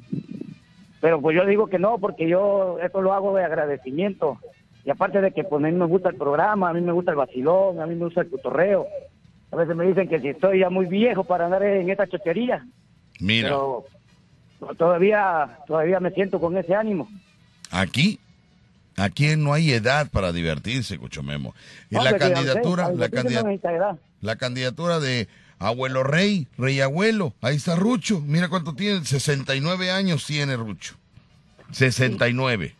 Pero pues yo digo que no, porque yo esto lo hago de agradecimiento. Y aparte de que pues a mí me gusta el programa, a mí me gusta el vacilón, a mí me gusta el cotorreo. A veces me dicen que si estoy ya muy viejo para andar en esta chochería. Mira. Pero todavía me siento con ese ánimo. Aquí no hay edad para divertirse, Cuchumemo. Y No, la que candidatura, edad. la candidatura de Abuelo Rey Abuelo, ahí está Rucho. Mira cuánto tiene, 69 años tiene Rucho. 69.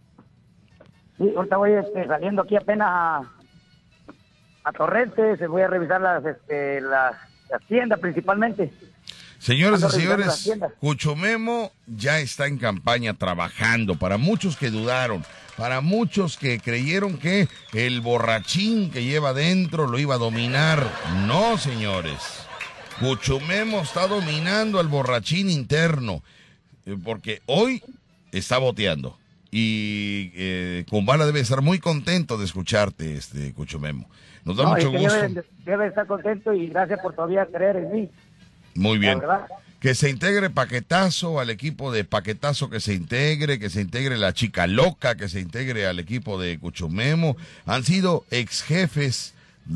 Sí, ahorita voy saliendo aquí apenas a Torrentes, voy a revisar las tiendas principalmente. Señoras y señores, Cuchumemo ya está en campaña trabajando. Para muchos que dudaron, para muchos que creyeron que el borrachín que lleva dentro lo iba a dominar. No, señores. Cuchumemo está dominando al borrachín interno, porque hoy está boteando. Y Kumbala debe estar muy contento de escucharte, Cuchumemo. Nos da mucho gusto. Debe estar contento y gracias por todavía creer en mí. Muy bien. Que se integre Paquetazo al equipo de Paquetazo, que se integre la Chica Loca, que se integre al equipo de Cuchumemo. Han sido ex jefes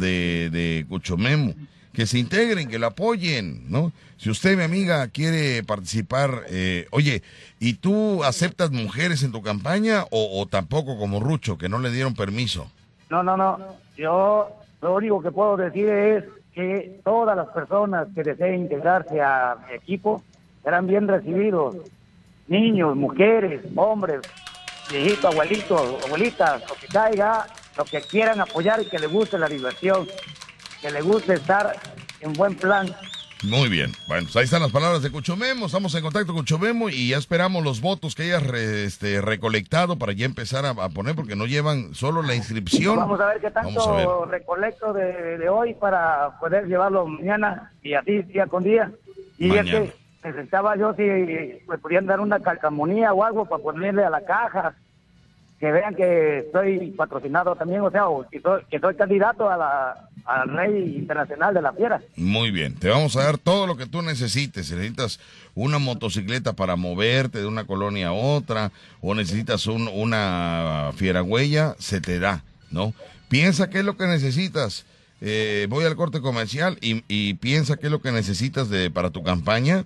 de Cuchumemo. Que se integren, que lo apoyen, ¿no? Si usted, mi amiga, quiere participar, oye, ¿y tú aceptas mujeres en tu campaña o tampoco como Rucho, que no le dieron permiso? No. Yo lo único que puedo decir es que todas las personas que deseen integrarse a mi equipo serán bien recibidos. Niños, mujeres, hombres, viejitos, abuelitos, abuelitas, lo que caiga, lo que quieran apoyar y que les guste la diversión, que les guste estar en buen plan. Muy bien. Bueno, pues ahí están las palabras de Cuchumemo. Estamos en contacto con Cuchumemo y ya esperamos los votos que hayas recolectado para ya empezar a poner, porque no llevan solo la inscripción. Vamos a ver qué tanto recolecto de hoy para poder llevarlo mañana y así día con día. Y mañana. Es que necesitaba yo si me podían dar una calcamonía o algo para ponerle a la caja, que vean que estoy patrocinado también, o sea, que soy candidato al Rey Internacional de la Fiera. Muy bien, te vamos a dar todo lo que tú necesites. Si necesitas una motocicleta para moverte de una colonia a otra, o necesitas una fieragüeya, se te da, ¿no? Piensa qué es lo que necesitas. Voy al corte comercial y piensa qué es lo que necesitas para tu campaña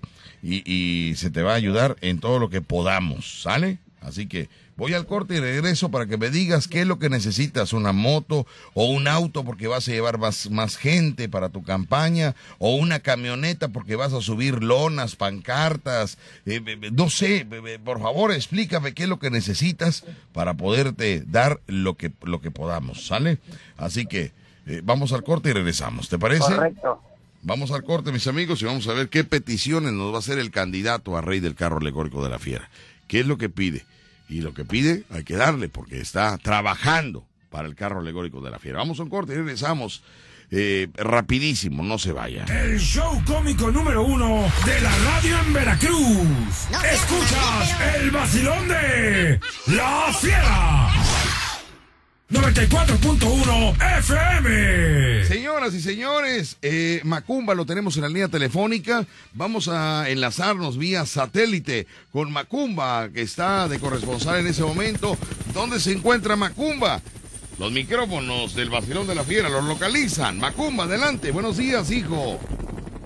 y se te va a ayudar en todo lo que podamos, ¿sale? Así que voy al corte y regreso para que me digas qué es lo que necesitas, una moto o un auto porque vas a llevar más gente para tu campaña, o una camioneta porque vas a subir lonas, pancartas, no sé, por favor explícame qué es lo que necesitas para poderte dar lo que podamos, ¿sale? Así que vamos al corte y regresamos, ¿te parece? Correcto. Vamos al corte, mis amigos, y vamos a ver qué peticiones nos va a hacer el candidato a Rey del Carro Alegórico de la Fiera. ¿Qué es lo que pide? Y lo que pide hay que darle, porque está trabajando para el Carro Alegórico de la Fiera. Vamos a un corte y regresamos rapidísimo, no se vaya. El show cómico número 1 de la radio en Veracruz. No, escuchas el vacilón de La Fiera. 94.1 FM. Señoras y señores, Macumba lo tenemos en la línea telefónica. Vamos a enlazarnos vía satélite con Macumba, que está de corresponsal en ese momento. ¿Dónde se encuentra Macumba? Los micrófonos del vacilón de la Fiera los localizan. Macumba, adelante. Buenos días, hijo.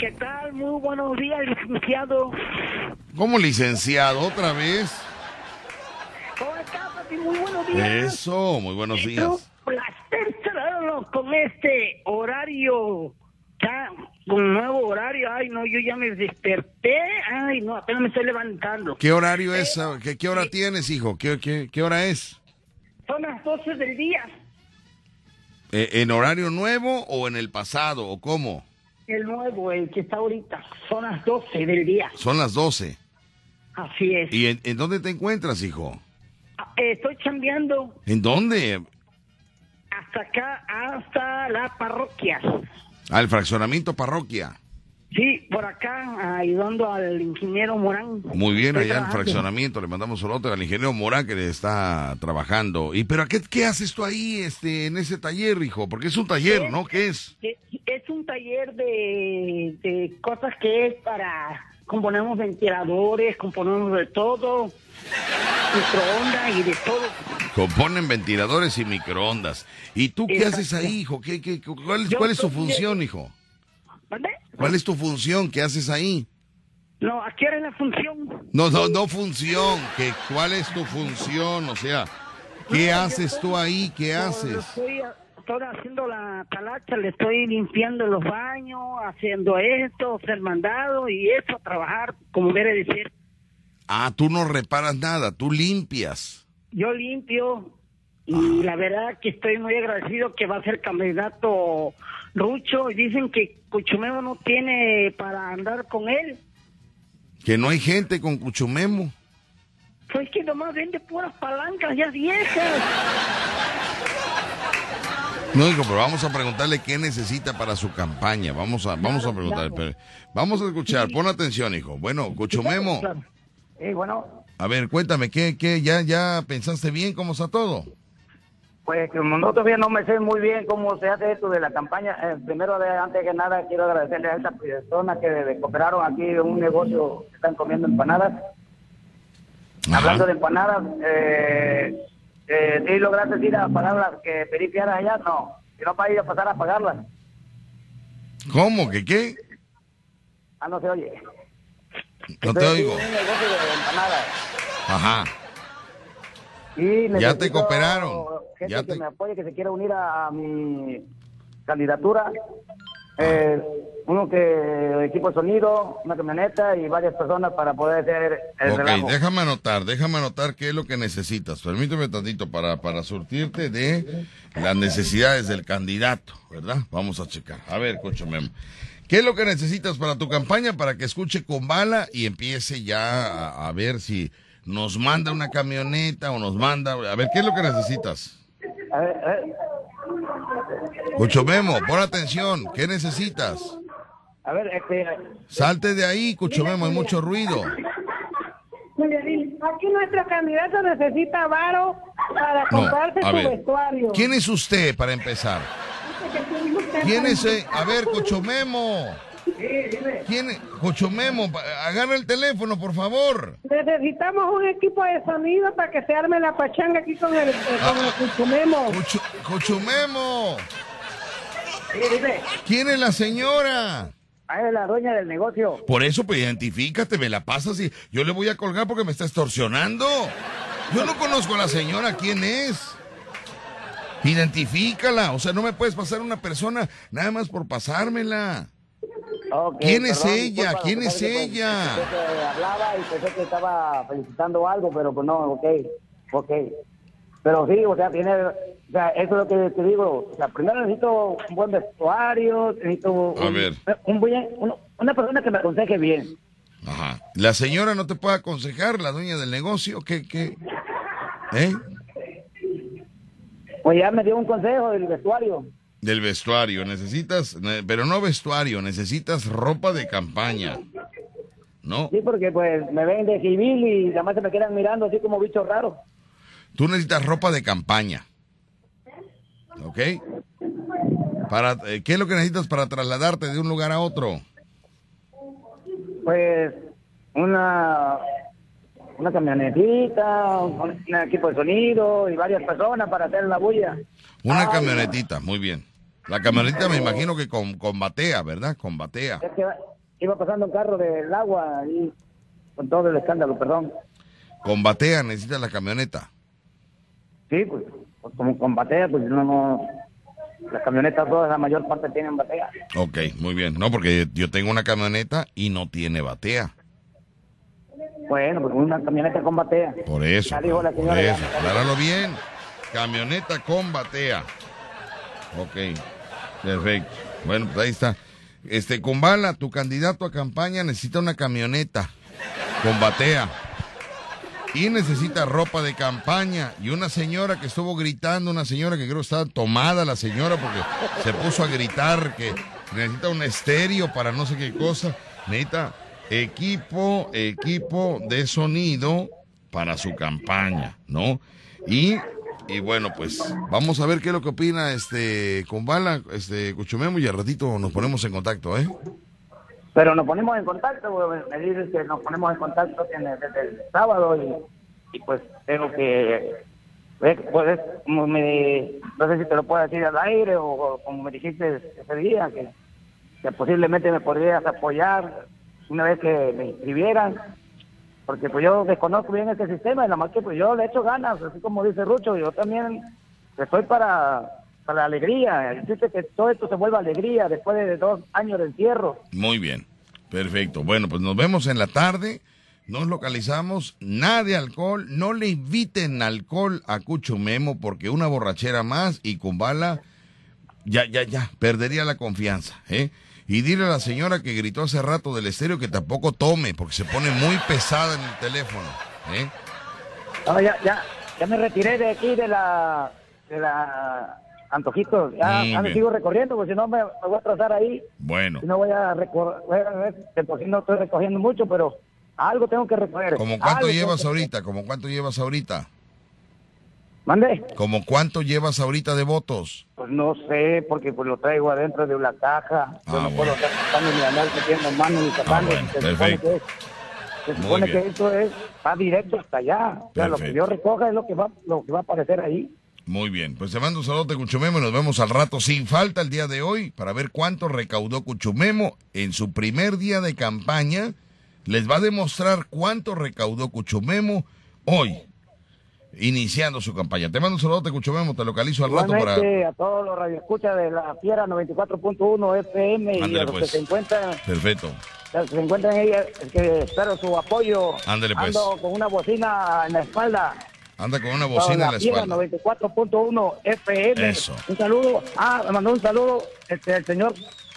¿Qué tal? Muy buenos días, licenciado. ¿Cómo licenciado? ¿Otra vez? ¿Cómo está, papi? Muy buenos días. Eso, muy buenos días. Un placer saludarlo con este horario, ya, con nuevo horario. Ay, no, yo ya me desperté. Ay, no, apenas me estoy levantando. ¿Qué horario es? ¿Qué hora tienes, hijo? ¿Qué hora es? Son las 12 del día. ¿En horario nuevo o en el pasado o cómo? El nuevo, el que está ahorita. Son las 12 del día. Son las 12. Así es. ¿Y en dónde te encuentras, hijo? Estoy chambeando ¿En dónde? hasta acá, hasta la parroquia. Al fraccionamiento parroquia. Sí, por acá, ayudando al ingeniero Morán. Muy bien, Estoy allá en el trabajando. fraccionamiento. Le mandamos un otro al ingeniero Morán que le está trabajando. ¿Pero qué haces tú ahí en ese taller, hijo? Porque es un taller, ¿no? ¿Qué es? Es un taller de cosas que es para... Componemos ventiladores, componemos de todo, microondas y de todo. Componen ventiladores y microondas. ¿Y tú qué haces ahí, hijo? ¿Cuál es tu función, hijo? ¿Vale? ¿Cuál es tu función? ¿Qué haces ahí? No, aquí era la función. No función. ¿Cuál es tu función? O sea, ¿qué haces tú ahí? ¿Qué haces? Estoy haciendo la talacha, le estoy limpiando los baños, haciendo esto, hacer mandado y eso, trabajar como debe de ser. Ah, tú no reparas nada, tú limpias. Yo limpio y la verdad que estoy muy agradecido que va a ser candidato Rucho y dicen que Cuchumemo no tiene para andar con él. Que no hay gente con Cuchumemo. Pues que nomás vende puras palancas ya viejas. No, hijo, pero vamos a preguntarle qué necesita para su campaña. Vamos a preguntarle. Pero vamos a escuchar, pon atención, hijo. Bueno, Cuchumemo. Claro. Bueno. A ver, cuéntame, ¿ya pensaste bien cómo está todo? Pues como no, todavía no me sé muy bien cómo se hace esto de la campaña. Primero, antes que nada, quiero agradecerle a estas personas que cooperaron aquí en un negocio que están comiendo empanadas. Ajá. Hablando de empanadas, ¿sí lograste ir a pagarlas que pedí fiaras allá? No, si no para ir a pasar a pagarlas. ¿Cómo? ¿Qué? Ah, no se oye. No te oigo. Un negocio de empanadas. Ajá. Y Ya te necesito cooperaron. Gente que me apoye, que se quiera unir a mi candidatura. Uno equipo de sonido, una camioneta y varias personas para poder hacer el relajo. déjame anotar qué es lo que necesitas. Permíteme tantito para surtirte de las necesidades del candidato, ¿verdad? Vamos a checar. A ver, Cuchumemo, ¿qué es lo que necesitas para tu campaña para que escuche con bala y empiece ya a ver si nos manda una camioneta o nos manda... A ver, ¿qué es lo que necesitas? A ver. Cuchumemo, pon atención. ¿Qué necesitas? A ver, Salte de ahí, Cuchumemo, hay mucho ruido. Aquí nuestro candidato necesita varo para comprarse a su ver, vestuario. ¿quién es usted para empezar? ¿Quién es? A ver, Cuchumemo. ¿Quién es? Cuchumemo, agarra el teléfono, por favor. Necesitamos un equipo de sonido para que se arme la pachanga aquí con el Cuchumemo. Cuchumemo. ¿Quién es la señora? Es la dueña del negocio. Por eso, pues identifícate, me la pasas y yo le voy a colgar porque me está extorsionando. Yo no conozco a la señora, ¿quién es? Identifícala, o sea, no me puedes pasar una persona nada más por pasármela. Okay, ¿Quién es perdón, ella? disculpa, ¿Quién es pensé ella? que hablaba y pensé que estaba felicitando algo, pero pues no, ok. Pero sí, o sea, eso es lo que te digo. O sea, primero necesito un buen vestuario, necesito una persona que me aconseje bien. Ajá. ¿La señora no te puede aconsejar, la dueña del negocio? ¿Qué? Pues ya me dio un consejo del vestuario. Del vestuario, pero no vestuario, necesitas ropa de campaña, ¿no? Sí, porque pues me ven de civil y además se me quedan mirando así como bichos raros. Tú necesitas ropa de campaña, ¿ok? ¿Qué es lo que necesitas para trasladarte de un lugar a otro? Pues una camionetita, un equipo de sonido y varias personas para hacer la bulla. Una camionetita, muy bien. La camionetita me imagino que con batea, ¿verdad? Con batea. iba pasando un carro del agua y con todo el escándalo, perdón. Con batea necesita la camioneta. Sí, pues como con batea, pues no, las camionetas todas, la mayor parte tienen batea. Ok, muy bien. No, porque yo tengo una camioneta y no tiene batea. Bueno, pues una camioneta con batea. Por eso. Ya dijo la Por señora, eso. ya. Acláralo bien. Camioneta con batea. Ok, perfecto. Bueno, pues ahí está. Kumbala, tu candidato a campaña necesita una camioneta con batea. Y necesita ropa de campaña. Y una señora que estuvo gritando, una señora que creo que estaba tomada la señora porque se puso a gritar que necesita un estéreo para no sé qué cosa. Necesita equipo de sonido para su campaña, ¿no? Y bueno, pues vamos a ver qué es lo que opina Kumbala, Cuchumemo, y al ratito nos ponemos en contacto, ¿eh? Pero nos ponemos en contacto, me dices que nos ponemos en contacto desde el sábado y pues tengo que, pues, como no sé si te lo puedo decir al aire o como me dijiste ese día, que posiblemente me podrías apoyar una vez que me inscribieran, porque pues yo desconozco bien este sistema y nada más que pues yo le echo ganas, así como dice Rucho, yo también estoy para la alegría, existe que todo esto se vuelva alegría después de 2 años de encierro. Muy bien, perfecto. Bueno, pues nos vemos en la tarde, nos localizamos, nada de alcohol, no le inviten alcohol a Cuchumemo porque una borrachera más y Kumbala ya, perdería la confianza, ¿eh? Y dile a la señora que gritó hace rato del estéreo que tampoco tome porque se pone muy pesada en el teléfono, ¿eh? No, ya me retiré de aquí de la Antojitos, ya me sigo recorriendo, porque si no me voy a atrasar ahí. Bueno. Si no voy a recorrer, por si no estoy recogiendo mucho, pero algo tengo que recoger. ¿Cómo cuánto llevas ahorita? ¿Cómo cuánto llevas ahorita? ¿Mande? ¿Cómo cuánto llevas ahorita de votos? Pues no sé, porque pues lo traigo adentro de una caja. Yo no puedo estar sacando ni andar metiendo en mano ni sacando. Bueno, perfecto. Se supone que esto va directo hasta allá. O sea, lo que yo recoja es lo que va a aparecer ahí. Muy bien, pues te mando un saludo de Cuchumemo y nos vemos al rato sin falta el día de hoy para ver cuánto recaudó Cuchumemo en su primer día de campaña. Les va a demostrar cuánto recaudó Cuchumemo hoy, iniciando su campaña. Te mando un saludo de Cuchumemo, te localizo al rato para... a todos los radioescuchas de la Fiera 94.1 FM. Ándale, y a los pues. que se encuentran... Perfecto. Se encuentran ahí, es que espero su apoyo. Ándale, pues. Ando con una bocina en la espalda. Anda con una bocina en la espalda. 94.1 FM. Eso. Un saludo. Me mandó un saludo el señor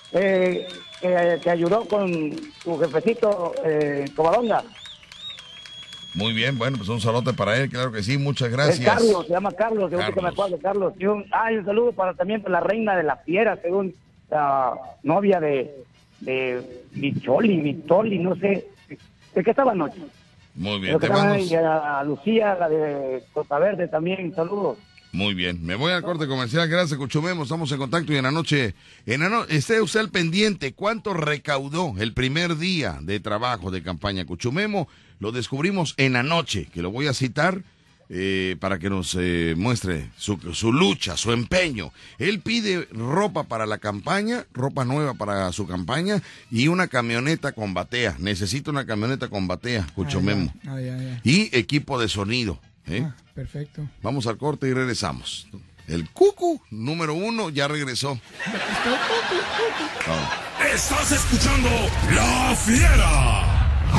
que ayudó con su jefecito Covadonga. Muy bien, bueno, pues un saludo para él, claro que sí, muchas gracias. Es Carlos, se llama Carlos, según que me acuerdo, Carlos. Y un saludo también para la reina de la fiera, según la novia de Vitoli, no sé. ¿De qué estaba anoche? Muy bien, te mando. mando... Y a Lucía, la de Costa Verde también, saludos. Muy bien, me voy al corte comercial, gracias Cuchumemo, estamos en contacto y en la noche, esté usted al pendiente, ¿cuánto recaudó el primer día de trabajo de campaña Cuchumemo? Lo descubrimos en la noche, que lo voy a citar para que nos muestre su lucha, su empeño. Él pide ropa para la campaña, ropa nueva para su campaña y una camioneta con batea, necesita una camioneta con batea, Cuchumemo, y equipo de sonido. Perfecto. Vamos al corte y regresamos. El Cucu número 1 ya regresó. Estás escuchando La Fiera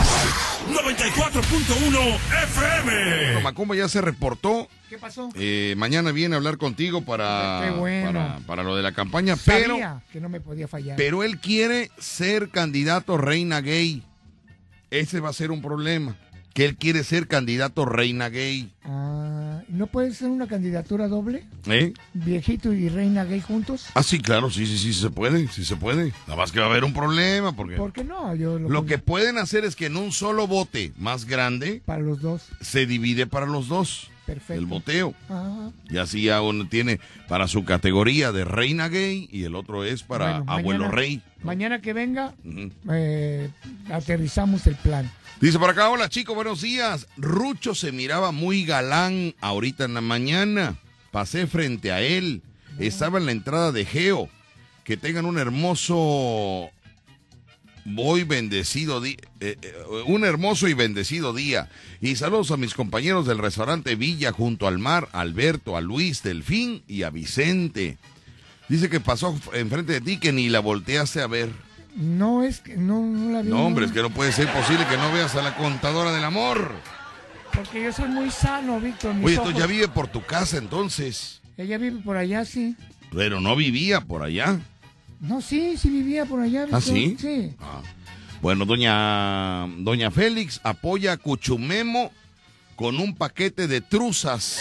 94.1 FM. Macumba ya se reportó. ¿Qué pasó? Mañana viene a hablar contigo para lo de la campaña, Sabía que no me podía fallar. Pero él quiere ser candidato reina gay. Ese va a ser un problema. Que él quiere ser candidato reina gay. ¿No puede ser una candidatura doble? ¿Viejito y reina gay juntos? Sí, claro, sí se puede, Nada más que va a haber un problema, porque... ¿Por qué no? Lo que pueden hacer es que en un solo bote más grande... Para los dos. Se divide para los dos. Perfecto. El boteo. Ajá. Y así ya uno tiene para su categoría de reina gay y el otro es para abuelo rey. Mañana que venga, aterrizamos el plan. Dice por acá, hola chicos, buenos días. Rucho se miraba muy galán ahorita en la mañana. Pasé frente a él. Estaba en la entrada de Geo. Que tengan un hermoso un hermoso y bendecido día. Y saludos a mis compañeros del restaurante Villa junto al mar, a Alberto, a Luis, Delfín y a Vicente. Dice que pasó enfrente de ti que ni la volteaste a ver. No, es que no la vi. No, hombre, es que no puede ser posible que no veas a la contadora del amor. Porque yo soy muy sano, Víctor. Oye, entonces ya vive por tu casa, entonces. Ella vive por allá, sí. Pero no vivía por allá. No, sí vivía por allá, Víctor. ¿Ah, sí? Sí. Ah. Bueno, doña Félix apoya a Cuchumemo con un paquete de truzas.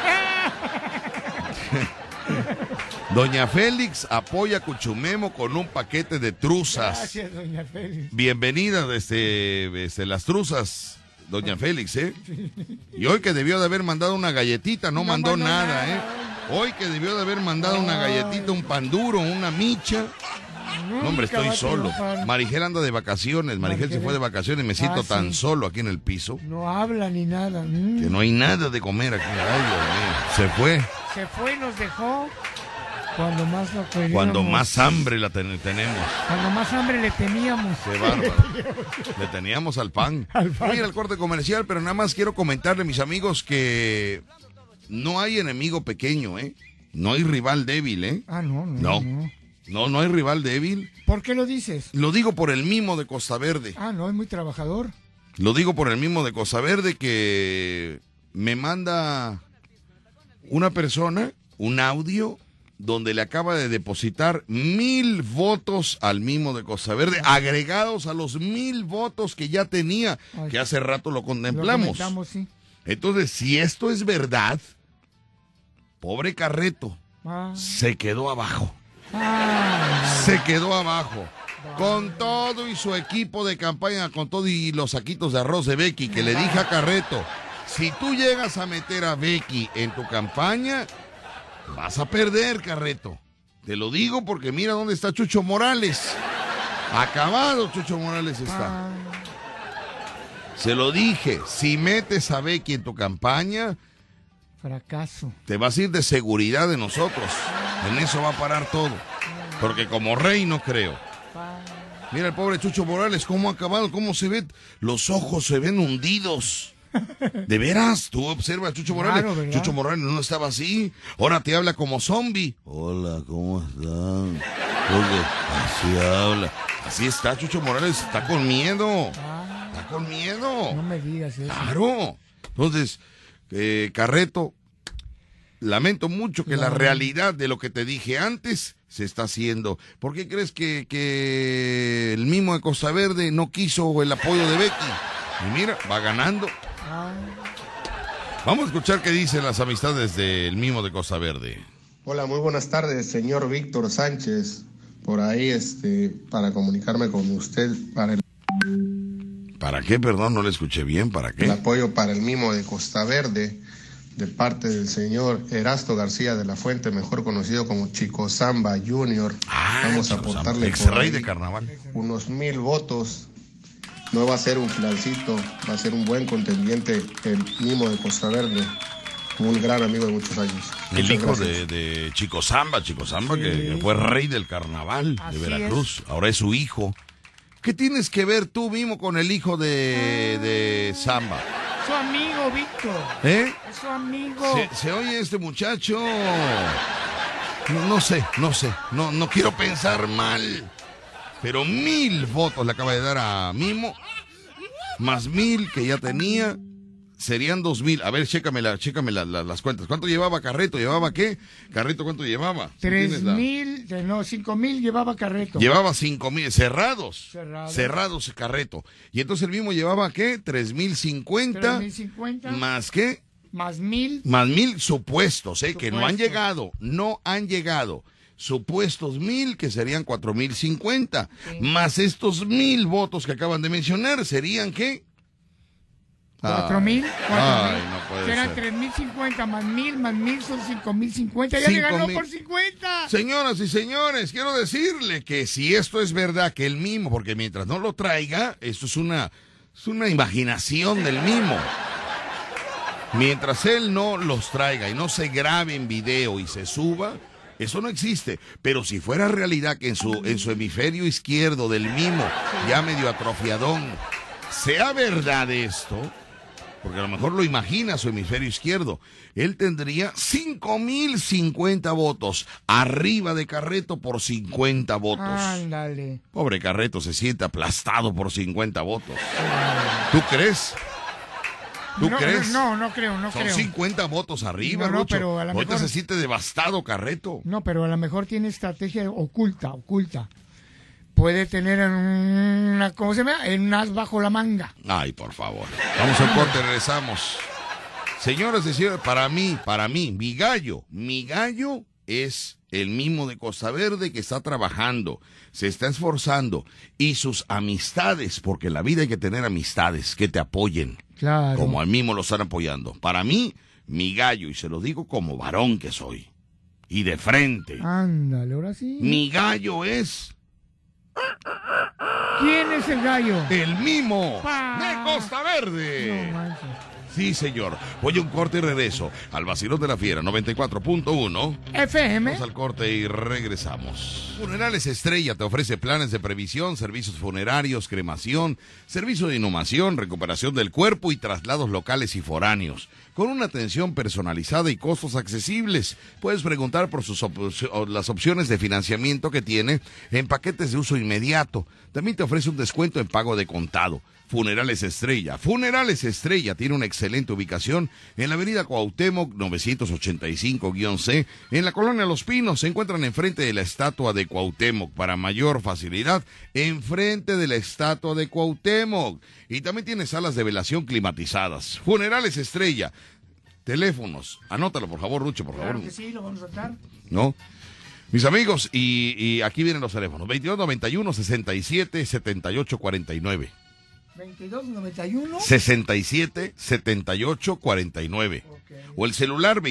Doña Félix apoya a Cuchumemo con un paquete de truzas. Gracias, doña Félix. Bienvenida desde las truzas, doña Félix, ¿eh? Y hoy que debió de haber mandado una galletita, no mandó nada, ¿eh? Hoy que debió de haber mandado una galletita, un pan duro, una micha. No, hombre, estoy solo. Marigel anda de vacaciones. Marigel se fue de vacaciones. Me siento tan solo aquí en el piso. No habla ni nada. Que no hay nada de comer aquí. Ay, Dios mío. Se fue. Se fue y nos dejó cuando más lo queríamos. Cuando más hambre tenemos. Cuando más hambre le teníamos. Qué bárbaro. Le teníamos al pan. Voy a ir al corte comercial, pero nada más quiero comentarle, mis amigos, que no hay enemigo pequeño, ¿eh? No hay rival débil, ¿eh? Ah, no hay rival débil. ¿Por qué lo dices? Lo digo por el Mimo de Costa Verde. Ah, no, es muy trabajador. Lo digo por el Mimo de Costa Verde, que me manda una persona un audio donde le acaba de depositar 1,000 votos al Mimo de Costa Verde, agregados a los 1,000 votos que ya tenía, que hace rato lo contemplamos. Sí. Entonces, si esto es verdad, pobre Carreto, se quedó abajo. Se quedó abajo. Con todo y su equipo de campaña, con todo y los saquitos de arroz de Becky, que le dije a Carreto, si tú llegas a meter a Becky en tu campaña, vas a perder, Carreto. Te lo digo porque mira dónde está Chucho Morales. Acabado Chucho Morales está. Se lo dije, si metes a Becky en tu campaña, fracaso. Te vas a ir de seguridad de nosotros. En eso va a parar todo. Porque como rey no creo. Mira el pobre Chucho Morales, cómo ha acabado, cómo se ve. Los ojos se ven hundidos. De veras, tú observas a Chucho Morales. Claro, Chucho Morales no estaba así. Ahora te habla como zombie. Hola, ¿cómo están? Porque así habla. Así está Chucho Morales, está con miedo. Está con miedo. No me digas eso. Claro. Entonces, Carreto, lamento mucho que la realidad de lo que te dije antes se está haciendo. ¿Por qué crees que el Mimo de Costa Verde no quiso el apoyo de Becky? Y mira, va ganando. Vamos a escuchar qué dicen las amistades del Mimo de Costa Verde. Hola, muy buenas tardes, señor Víctor Sánchez. Por ahí, para comunicarme con usted para el... ¿Para qué? Perdón, no le escuché bien. ¿Para qué? El apoyo para el Mimo de Costa Verde, de parte del señor Erasto García de la Fuente, mejor conocido como Chico Zamba Jr. Vamos a aportarle ex-rey de carnaval unos 1,000 votos. No va a ser un flancito, va a ser un buen contendiente el Mimo de Costa Verde, un gran amigo de muchos años. El hijo de Chico Zamba, que fue rey del carnaval de Veracruz, ahora es su hijo. ¿Qué tienes que ver tú, Mimo, con el hijo de Zamba? Su amigo, Víctor. ¿Eh? Es su amigo. ¿Se oye este muchacho? No sé, no quiero pensar mal. Pero 1,000 votos le acaba de dar a Mimo, más 1,000 que ya tenía, serían 2,000. A ver, chécame las cuentas. ¿Cuánto llevaba Carreto? ¿Llevaba qué? ¿Carreto cuánto llevaba? 3,000, no, 5,000 llevaba Carreto. Llevaba 5,000, cerrados Carreto. Y entonces el Mimo llevaba ¿qué? 3,050. 3,050. ¿Más qué? Más 1,000. Más 1,000 supuestos, que no han llegado. Supuestos 1,000, que serían 4,050. Sí. Más estos 1,000 votos que acaban de mencionar, ¿serían qué? 4,000. Ay, no puede ser. Serán 3,050 más 1,000 son 5,050. Ya le ganó por 50. Señoras y señores, quiero decirle que si esto es verdad, que el Mimo, porque mientras no lo traiga, esto es una imaginación del Mimo. Mientras él no los traiga y no se grabe en video y se suba, Eso no existe. Pero si fuera realidad que en su hemisferio izquierdo del mimo, ya medio atrofiadón, sea verdad esto, porque a lo mejor lo imagina su hemisferio izquierdo, él tendría 5,050 votos arriba de Carreto por 50 votos. Ándale. Pobre Carreto se siente aplastado por 50 votos. ¿Tú crees? ¿Tú crees? No creo. Son 50 votos arriba, No, Rucho. pero a lo Ahorita mejor... se siente devastado Carreto. No, pero a lo mejor tiene estrategia oculta. Puede tener una, ¿cómo se llama? Un as bajo la manga. Ay, por favor. Vamos al corte, regresamos. Señoras y señores, para mí, mi gallo es el mimo de Costa Verde que está trabajando, se está esforzando, y sus amistades, porque en la vida hay que tener amistades que te apoyen. Claro. Como al mimo lo están apoyando. Para mí, mi gallo, y se lo digo como varón que soy, y de frente. Ándale, ahora sí. Mi gallo es... ¿Quién es el gallo? El mimo de Costa Verde. No manches. Sí, señor. Voy a un corte y regreso al Vacilón de la Fiera 94.1 FM. Vamos al corte y regresamos. Funerales Estrella te ofrece planes de previsión, servicios funerarios, cremación, servicio de inhumación, recuperación del cuerpo y traslados locales y foráneos. Con una atención personalizada y costos accesibles. Puedes preguntar por las opciones de financiamiento que tiene en paquetes de uso inmediato. También te ofrece un descuento en pago de contado. Funerales Estrella. Funerales Estrella tiene una excelente ubicación en la avenida Cuauhtémoc 985-C, en la colonia Los Pinos. Se encuentran enfrente de la estatua de Cuauhtémoc. Para mayor facilidad, enfrente de la estatua de Cuauhtémoc. Y también tiene salas de velación climatizadas. Funerales Estrella. Teléfonos. Anótalo, por favor, Rucho, por favor. Claro que sí, lo vamos a anotar. ¿No? Mis amigos, y aquí vienen los teléfonos. 2291-67-7849. 2291 67-7849. O el celular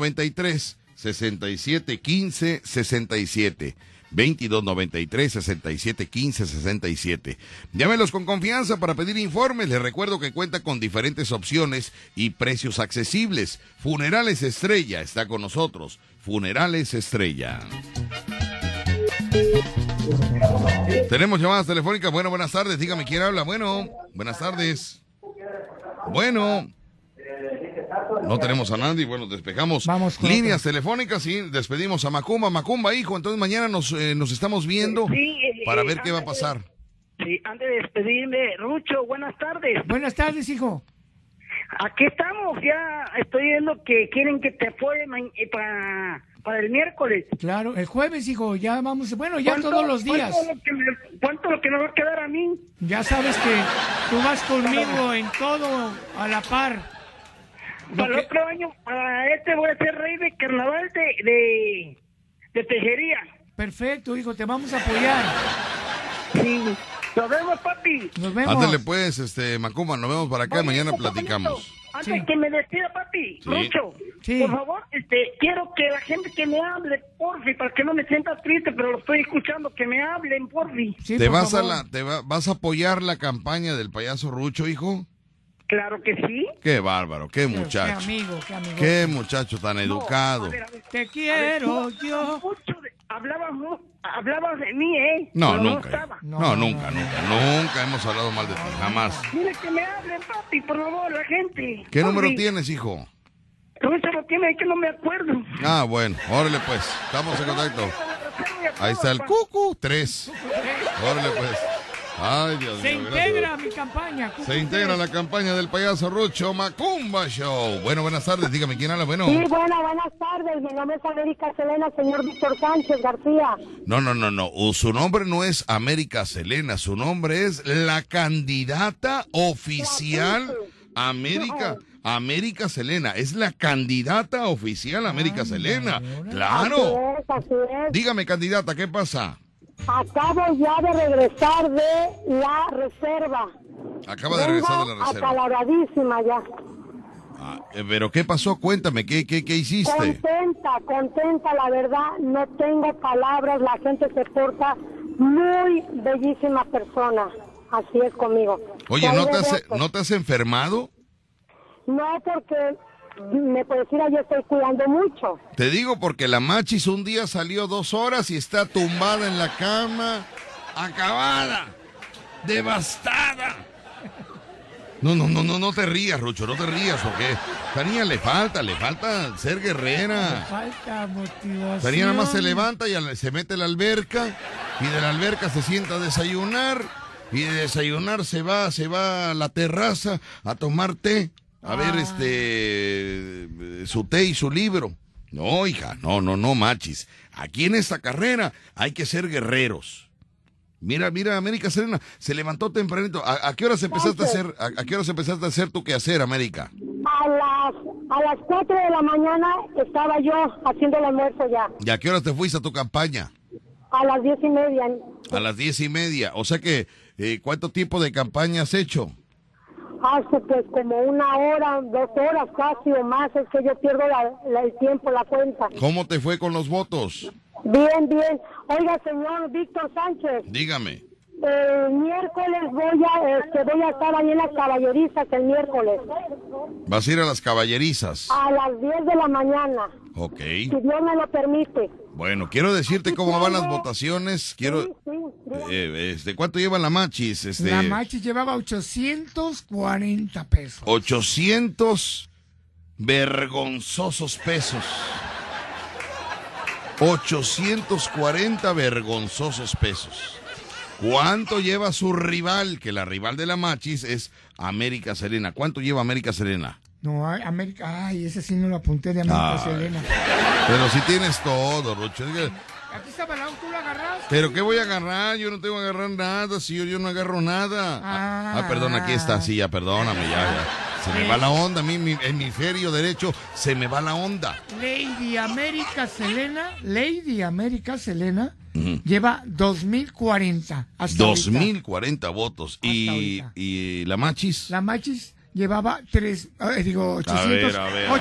2293-6715-67. 2293-6715-67. Llámelos con confianza para pedir informes. Les recuerdo que cuenta con diferentes opciones y precios accesibles. Funerales Estrella está con nosotros. Funerales Estrella. Tenemos llamadas telefónicas. Bueno, buenas tardes. Dígame quién habla. Bueno, buenas tardes. Bueno. No tenemos a nadie. Bueno, despejamos líneas telefónicas y despedimos a Macumba. Macumba, hijo, entonces mañana nos estamos viendo para ver qué va a pasar. Sí, antes de despedirme, Rucho, buenas tardes. Buenas tardes, hijo. Aquí estamos, ya estoy viendo que quieren que te apoyen para el miércoles. Claro, el jueves, hijo, ya vamos, bueno, ya todos los días. ¿Cuánto lo que me va a quedar a mí? Ya sabes que tú vas conmigo en todo a la par. Para el otro año, para voy a ser rey de carnaval de tejería. Perfecto, hijo, te vamos a apoyar. Sí. Nos vemos, papi. Nos vemos. Ándale pues, Macumba, nos vemos para acá y mañana platicamos. Antes que me despida, papi, Rucho, por favor, quiero que la gente que me hable, porfi, para que no me sienta triste, pero lo estoy escuchando, que me hablen, porfi. Sí, vas a apoyar la campaña del payaso Rucho, hijo? Claro que sí. Qué bárbaro, qué muchacho. Qué amigo, qué amigo. Qué muchacho tan educado. A ver. Te quiero yo. Hablabas de mí, ¿eh? No, pero nunca. Nunca hemos hablado mal de ti, jamás. Dile que me hablen, papi, por favor, la gente. ¿Qué número tienes, hijo? Eso lo tiene, que no me acuerdo. Ah, bueno, órale pues, estamos en contacto. Ahí está el Cucu 3. Órale pues. Ay, Dios mío. Se integra mi campaña. Se integra la campaña del payaso Rucho Macumba Show. Bueno, buenas tardes. Dígame quién habla. Bueno. Sí, buenas tardes. Mi nombre es América Selena, señor Víctor Sánchez García. No. Su nombre no es América Selena. Su nombre es la candidata oficial América Selena. Es la candidata oficial América Selena. Claro. Así es. Dígame, candidata, ¿qué pasa? Acabo ya de regresar de la reserva. Acaba de regresar de la reserva. Acalabradísima ya. Pero ¿qué pasó? Cuéntame, ¿qué hiciste? Contenta, la verdad, no tengo palabras, la gente se porta muy bellísima persona, así es conmigo. Oye, ¿no te has enfermado? No, porque me puedes decir, yo estoy cuidando mucho. Te digo porque la Machis un día salió 2 horas y está tumbada en la cama, acabada, devastada. No te rías, Rucho, no te rías, porque Tania le falta ser guerrera. Le falta motivación. Tania nada más se levanta y se mete a la alberca, y de la alberca se sienta a desayunar, y de desayunar se va a la terraza a tomar té, a ver su té y su libro. No, hija, no, Machis. Aquí en esta carrera hay que ser guerreros. Mira, América Serena, se levantó tempranito. ¿A qué horas empezaste a hacer tu quehacer, América? A las 4 de la mañana estaba yo haciendo el almuerzo ya. ¿Y a qué horas te fuiste a tu campaña? A las 10:30. A las 10:30. O sea que, ¿cuánto tiempo de campaña has hecho? Hace pues como 1 hora, 2 horas casi o más. Es que yo pierdo el tiempo, la cuenta. ¿Cómo te fue con los votos? Bien. Oiga, señor Víctor Sánchez. Dígame. El miércoles voy a estar ahí en las caballerizas el miércoles. ¿Vas a ir a las caballerizas? A las 10 de la mañana. Ok. Si Dios me lo permite. Bueno, quiero decirte cómo van las votaciones. ¿Cuánto lleva la Machis? La Machis llevaba 840 pesos. 800 vergonzosos pesos. 840 vergonzosos pesos. ¿Cuánto lleva su rival? Que la rival de la Machis es América Serena. ¿Cuánto lleva América Serena? No, América, ese sí no lo apunté de América Serena. Pero si tienes todo, Rucho. Aquí está balón, tú lo agarraste. ¿Pero qué voy a agarrar? Yo no tengo que agarrar nada, si yo no agarro nada. Perdón, aquí está, sí, ya, perdóname, ya. Se me va la onda, a mí, mi hemisferio derecho, se me va la onda. Lady América Selena lleva 2040 hasta 2040 votos. ¿Y la Machis? La Machis llevaba 800. A ver.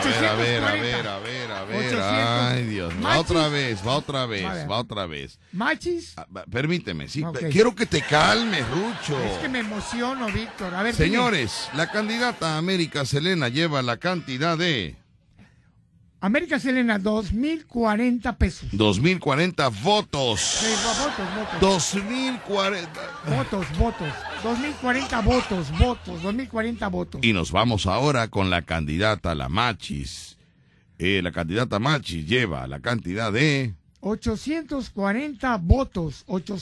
Ay, Dios. Va otra vez. Machis. Permíteme, sí. Okay. Quiero que te calmes, Rucho. Es que me emociono, Víctor. A ver, señores, la candidata América Selena lleva la cantidad de... América Selena, 2040 pesos. 2040 votos. Sí, votos. 2040. Votos. 2040 votos. Y nos vamos ahora con la candidata, la Machis. La candidata Machis lleva la cantidad de... 840 votos.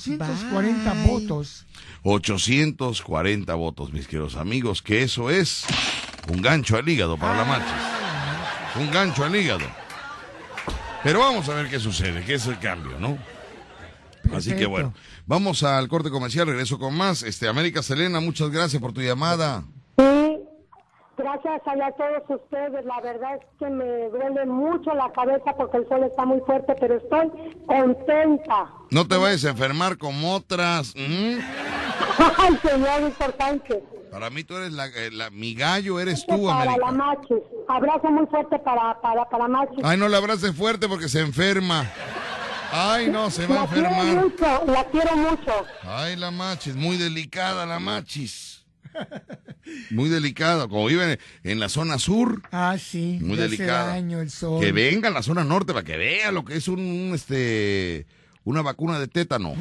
840 votos, mis queridos amigos, que eso es un gancho al hígado para la Machis. Un gancho al hígado. Pero vamos a ver qué sucede, qué es el cambio, ¿no? Perfecto. Así que bueno, vamos al corte comercial, regreso con más. América Selena, muchas gracias por tu llamada. Sí, gracias a todos ustedes. La verdad es que me duele mucho la cabeza porque el sol está muy fuerte, pero estoy contenta. No te vayas a enfermar como otras. Ay, señor Víctor Sánchez. Para mí tú eres mi gallo, eres tú, América. Para la Machis. Abrazo muy fuerte para Machis. Ay, no la abraces fuerte porque se enferma. Ay, no, se va a enfermar. La quiero mucho. Ay, la Machis, muy delicada la Machis. Muy delicada, como vive en la zona sur. Ah, sí. Muy delicada. Daño el sol. Que venga a la zona norte para que vea lo que es una vacuna de tétano.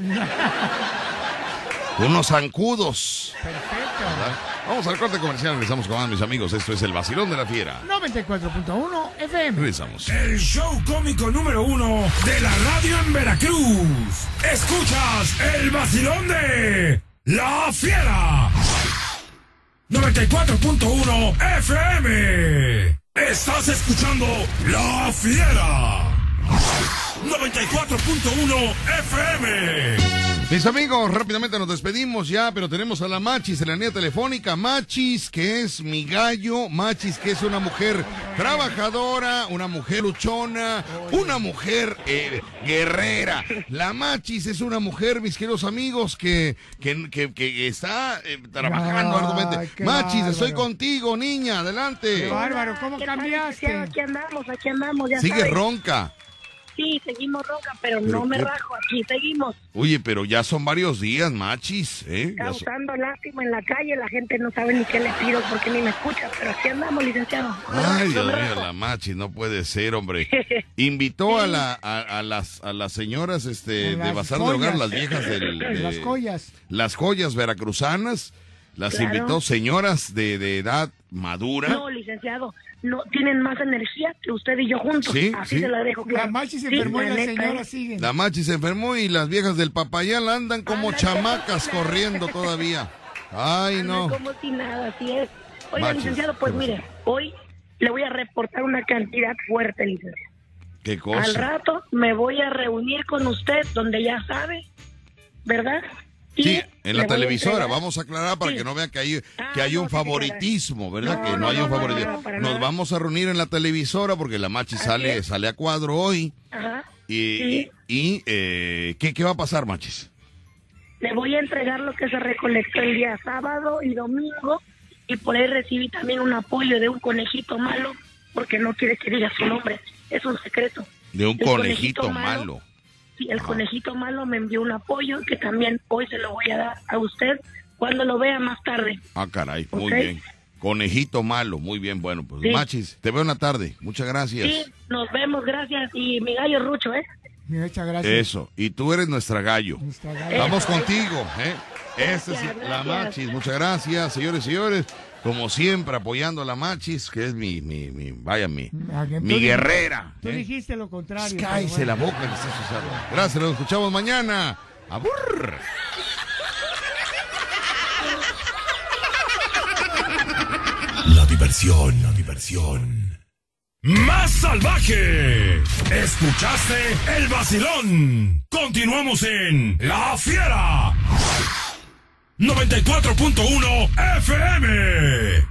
Unos zancudos. Perfecto. ¿Verdad? Vamos al corte comercial, regresamos con más, mis amigos. Esto es El Vacilón de la Fiera. 94.1 FM. Regresamos. El show cómico número 1 de la radio en Veracruz. Escuchas El Vacilón de La Fiera. 94.1 FM. Estás escuchando La Fiera. 94.1 FM. Mis amigos, rápidamente nos despedimos ya, pero tenemos a la Machis en la línea telefónica. Machis, que es mi gallo. Machis, que es una mujer trabajadora, una mujer luchona, una mujer guerrera. La Machis es una mujer, mis queridos amigos, que está trabajando arduamente. Machis, bárbaro. Estoy contigo, niña, adelante. Qué bárbaro, ¿cómo cambiaste? Aquí andamos, ya Sigue sabes. ronca. Sí, seguimos ronca, pero no me rajo, aquí seguimos. Oye, pero ya son varios días, Machis, ¿eh? Causando lástima en la calle, la gente no sabe ni qué le pido porque ni me escucha, pero aquí andamos, licenciado. Ay, Dios mío, la Machis, no puede ser, hombre. Invitó a las señoras de Bazar de Hogar, las viejas las joyas. Las joyas veracruzanas, las invitó señoras de edad madura. No, licenciado, no tienen más energía que usted y yo juntos. Sí, así sí. se la dejo claro. La Machis se enfermó y las señoras siguen. La Machis se enfermó y las viejas del Papayal andan como chamacas corriendo todavía. Ay, no. Como si nada, así es. Oiga, Machis, licenciado, pues mire, hoy le voy a reportar una cantidad fuerte, licenciado. ¿Qué cosa? Al rato me voy a reunir con usted donde ya sabe, ¿verdad? Y sí, en la le voy a televisora, entregar. vamos a aclarar para que no vean que hay un no, favoritismo, ¿verdad? No, que no hay un favoritismo. no, para Nos nada. vamos a reunir en la televisora porque la Machi sale a cuadro hoy. Ajá. ¿qué va a pasar, Machis? Le voy a entregar lo que se recolectó el día sábado y domingo y por ahí recibí también un apoyo de un conejito malo porque no quiere que diga su nombre, es un secreto. De un El conejito malo. Sí, el conejito malo me envió un apoyo que también hoy se lo voy a dar a usted cuando lo vea más tarde. Ah, caray, muy Ok. bien. Conejito malo, muy bien. Bueno, pues Sí. Machis, te veo en la tarde. Muchas gracias. Sí, nos vemos, gracias. Y mi gallo Rucho, ¿eh? Muchas gracias. Eso, y tú eres nuestra gallo. gallo. Vamos contigo, ¿eh? Esta es Gracias, la gracias. Machis, muchas gracias, señores y señores. Como siempre, apoyando a la Machis, que es mi guerrera. Tú ¿eh? dijiste lo contrario. Cállese la boca, que estás usando. Gracias, nos escuchamos mañana. ¡Abur! La diversión más salvaje. Escuchaste el vacilón. Continuamos en La Fiera 94.1 FM.